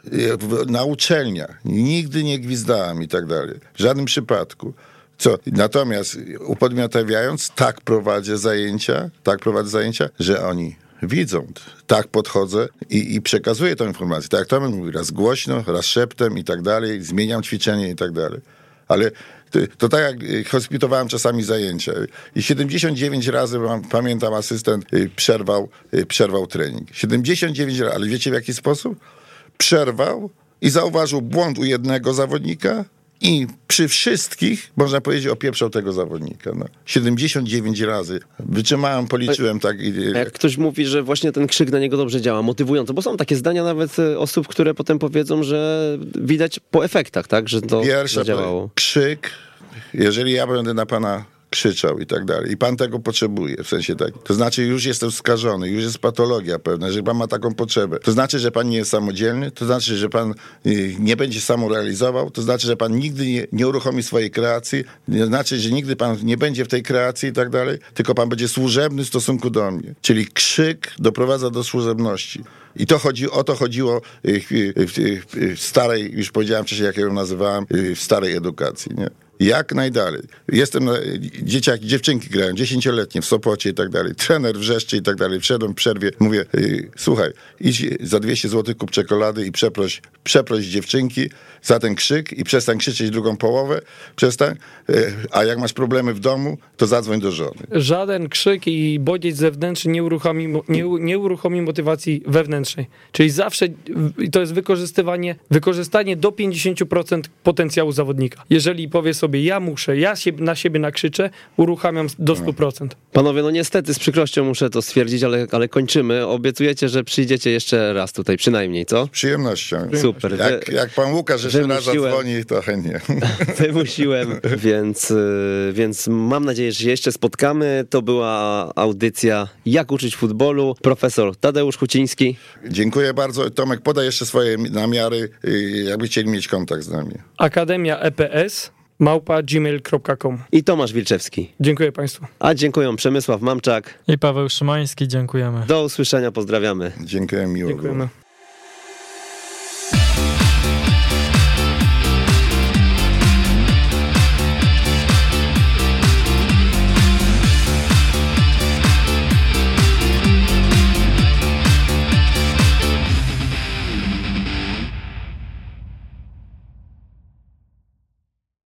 na uczelniach nigdy nie gwizdałem i tak dalej. W żadnym przypadku. Co? Natomiast upodmiotawiając, tak prowadzę zajęcia, tak prowadzę zajęcia, że oni widzą, tak podchodzę i, i przekazuję tę informację. Tak jak Tomek mówi, raz głośno, raz szeptem i tak dalej, zmieniam ćwiczenie i tak dalej. Ale to, to tak jak hospitowałem czasami zajęcia i siedemdziesiąt dziewięć razy, pamiętam, asystent przerwał, przerwał trening. siedemdziesiąt dziewięć razy, ale wiecie w jaki sposób? Przerwał i zauważył błąd u jednego zawodnika i przy wszystkich, można powiedzieć, opieprzał tego zawodnika. No. siedemdziesiąt dziewięć razy. Wytrzymałem, policzyłem tak. I... Jak ktoś mówi, że właśnie ten krzyk na niego dobrze działa, motywująco, bo są takie zdania nawet osób, które potem powiedzą, że widać po efektach, tak, że to Pierwsze, zadziałało. Krzyk, jeżeli ja będę na pana krzyczał i tak dalej. I pan tego potrzebuje, w sensie tak. To znaczy już jestem skażony, już jest patologia pewna, że pan ma taką potrzebę. To znaczy, że pan nie jest samodzielny, to znaczy, że pan nie będzie samorealizował, to znaczy, że pan nigdy nie, nie uruchomi swojej kreacji, to znaczy, że nigdy pan nie będzie w tej kreacji i tak dalej, tylko pan będzie służebny w stosunku do mnie. Czyli krzyk doprowadza do służebności. I to chodzi, o to chodziło w, w, w starej, już powiedziałem wcześniej, jak ją nazywałem, w starej edukacji, nie? Jak najdalej. Jestem, na, dzieciaki, dziewczynki grają, dziesięcioletnie w Sopocie i tak dalej. Trener wrzeszczy i tak dalej. Wszedłem w przerwie, mówię, yy, słuchaj, idź za dwieście złotych kup czekolady i przeproś, przeproś dziewczynki za ten krzyk i przestań krzyczeć drugą połowę, przestań, yy, a jak masz problemy w domu, to zadzwoń do żony. Żaden krzyk i bodziec zewnętrzny nie uruchomi, nie, nie uruchomi motywacji wewnętrznej. Czyli zawsze to jest wykorzystywanie, wykorzystanie do pięćdziesiąt procent potencjału zawodnika. Jeżeli powie sobie, ja muszę, ja się, na siebie nakrzyczę, uruchamiam do stu procent. Panowie, no niestety z przykrością muszę to stwierdzić, ale, ale kończymy. Obiecujecie, że przyjdziecie jeszcze raz tutaj, przynajmniej, co? Z przyjemnością. Super. Jak, jak pan Łukasz jeszcze raz zadzwoni, to chętnie. Wymusiłem, więc, więc mam nadzieję, że się jeszcze spotkamy. To była audycja Jak uczyć futbolu. Profesor Tadeusz Huciński. Dziękuję bardzo. Tomek, podaj jeszcze swoje namiary, jakby chcieli mieć kontakt z nami. Akademia E P S małpa gmail kropka com. I Tomasz Wilczewski. Dziękuję Państwu. A dziękuję Przemysław Mamczak. I Paweł Szymański, dziękujemy. Do usłyszenia, pozdrawiamy. Dziękuję, miło Dziękujemy. było.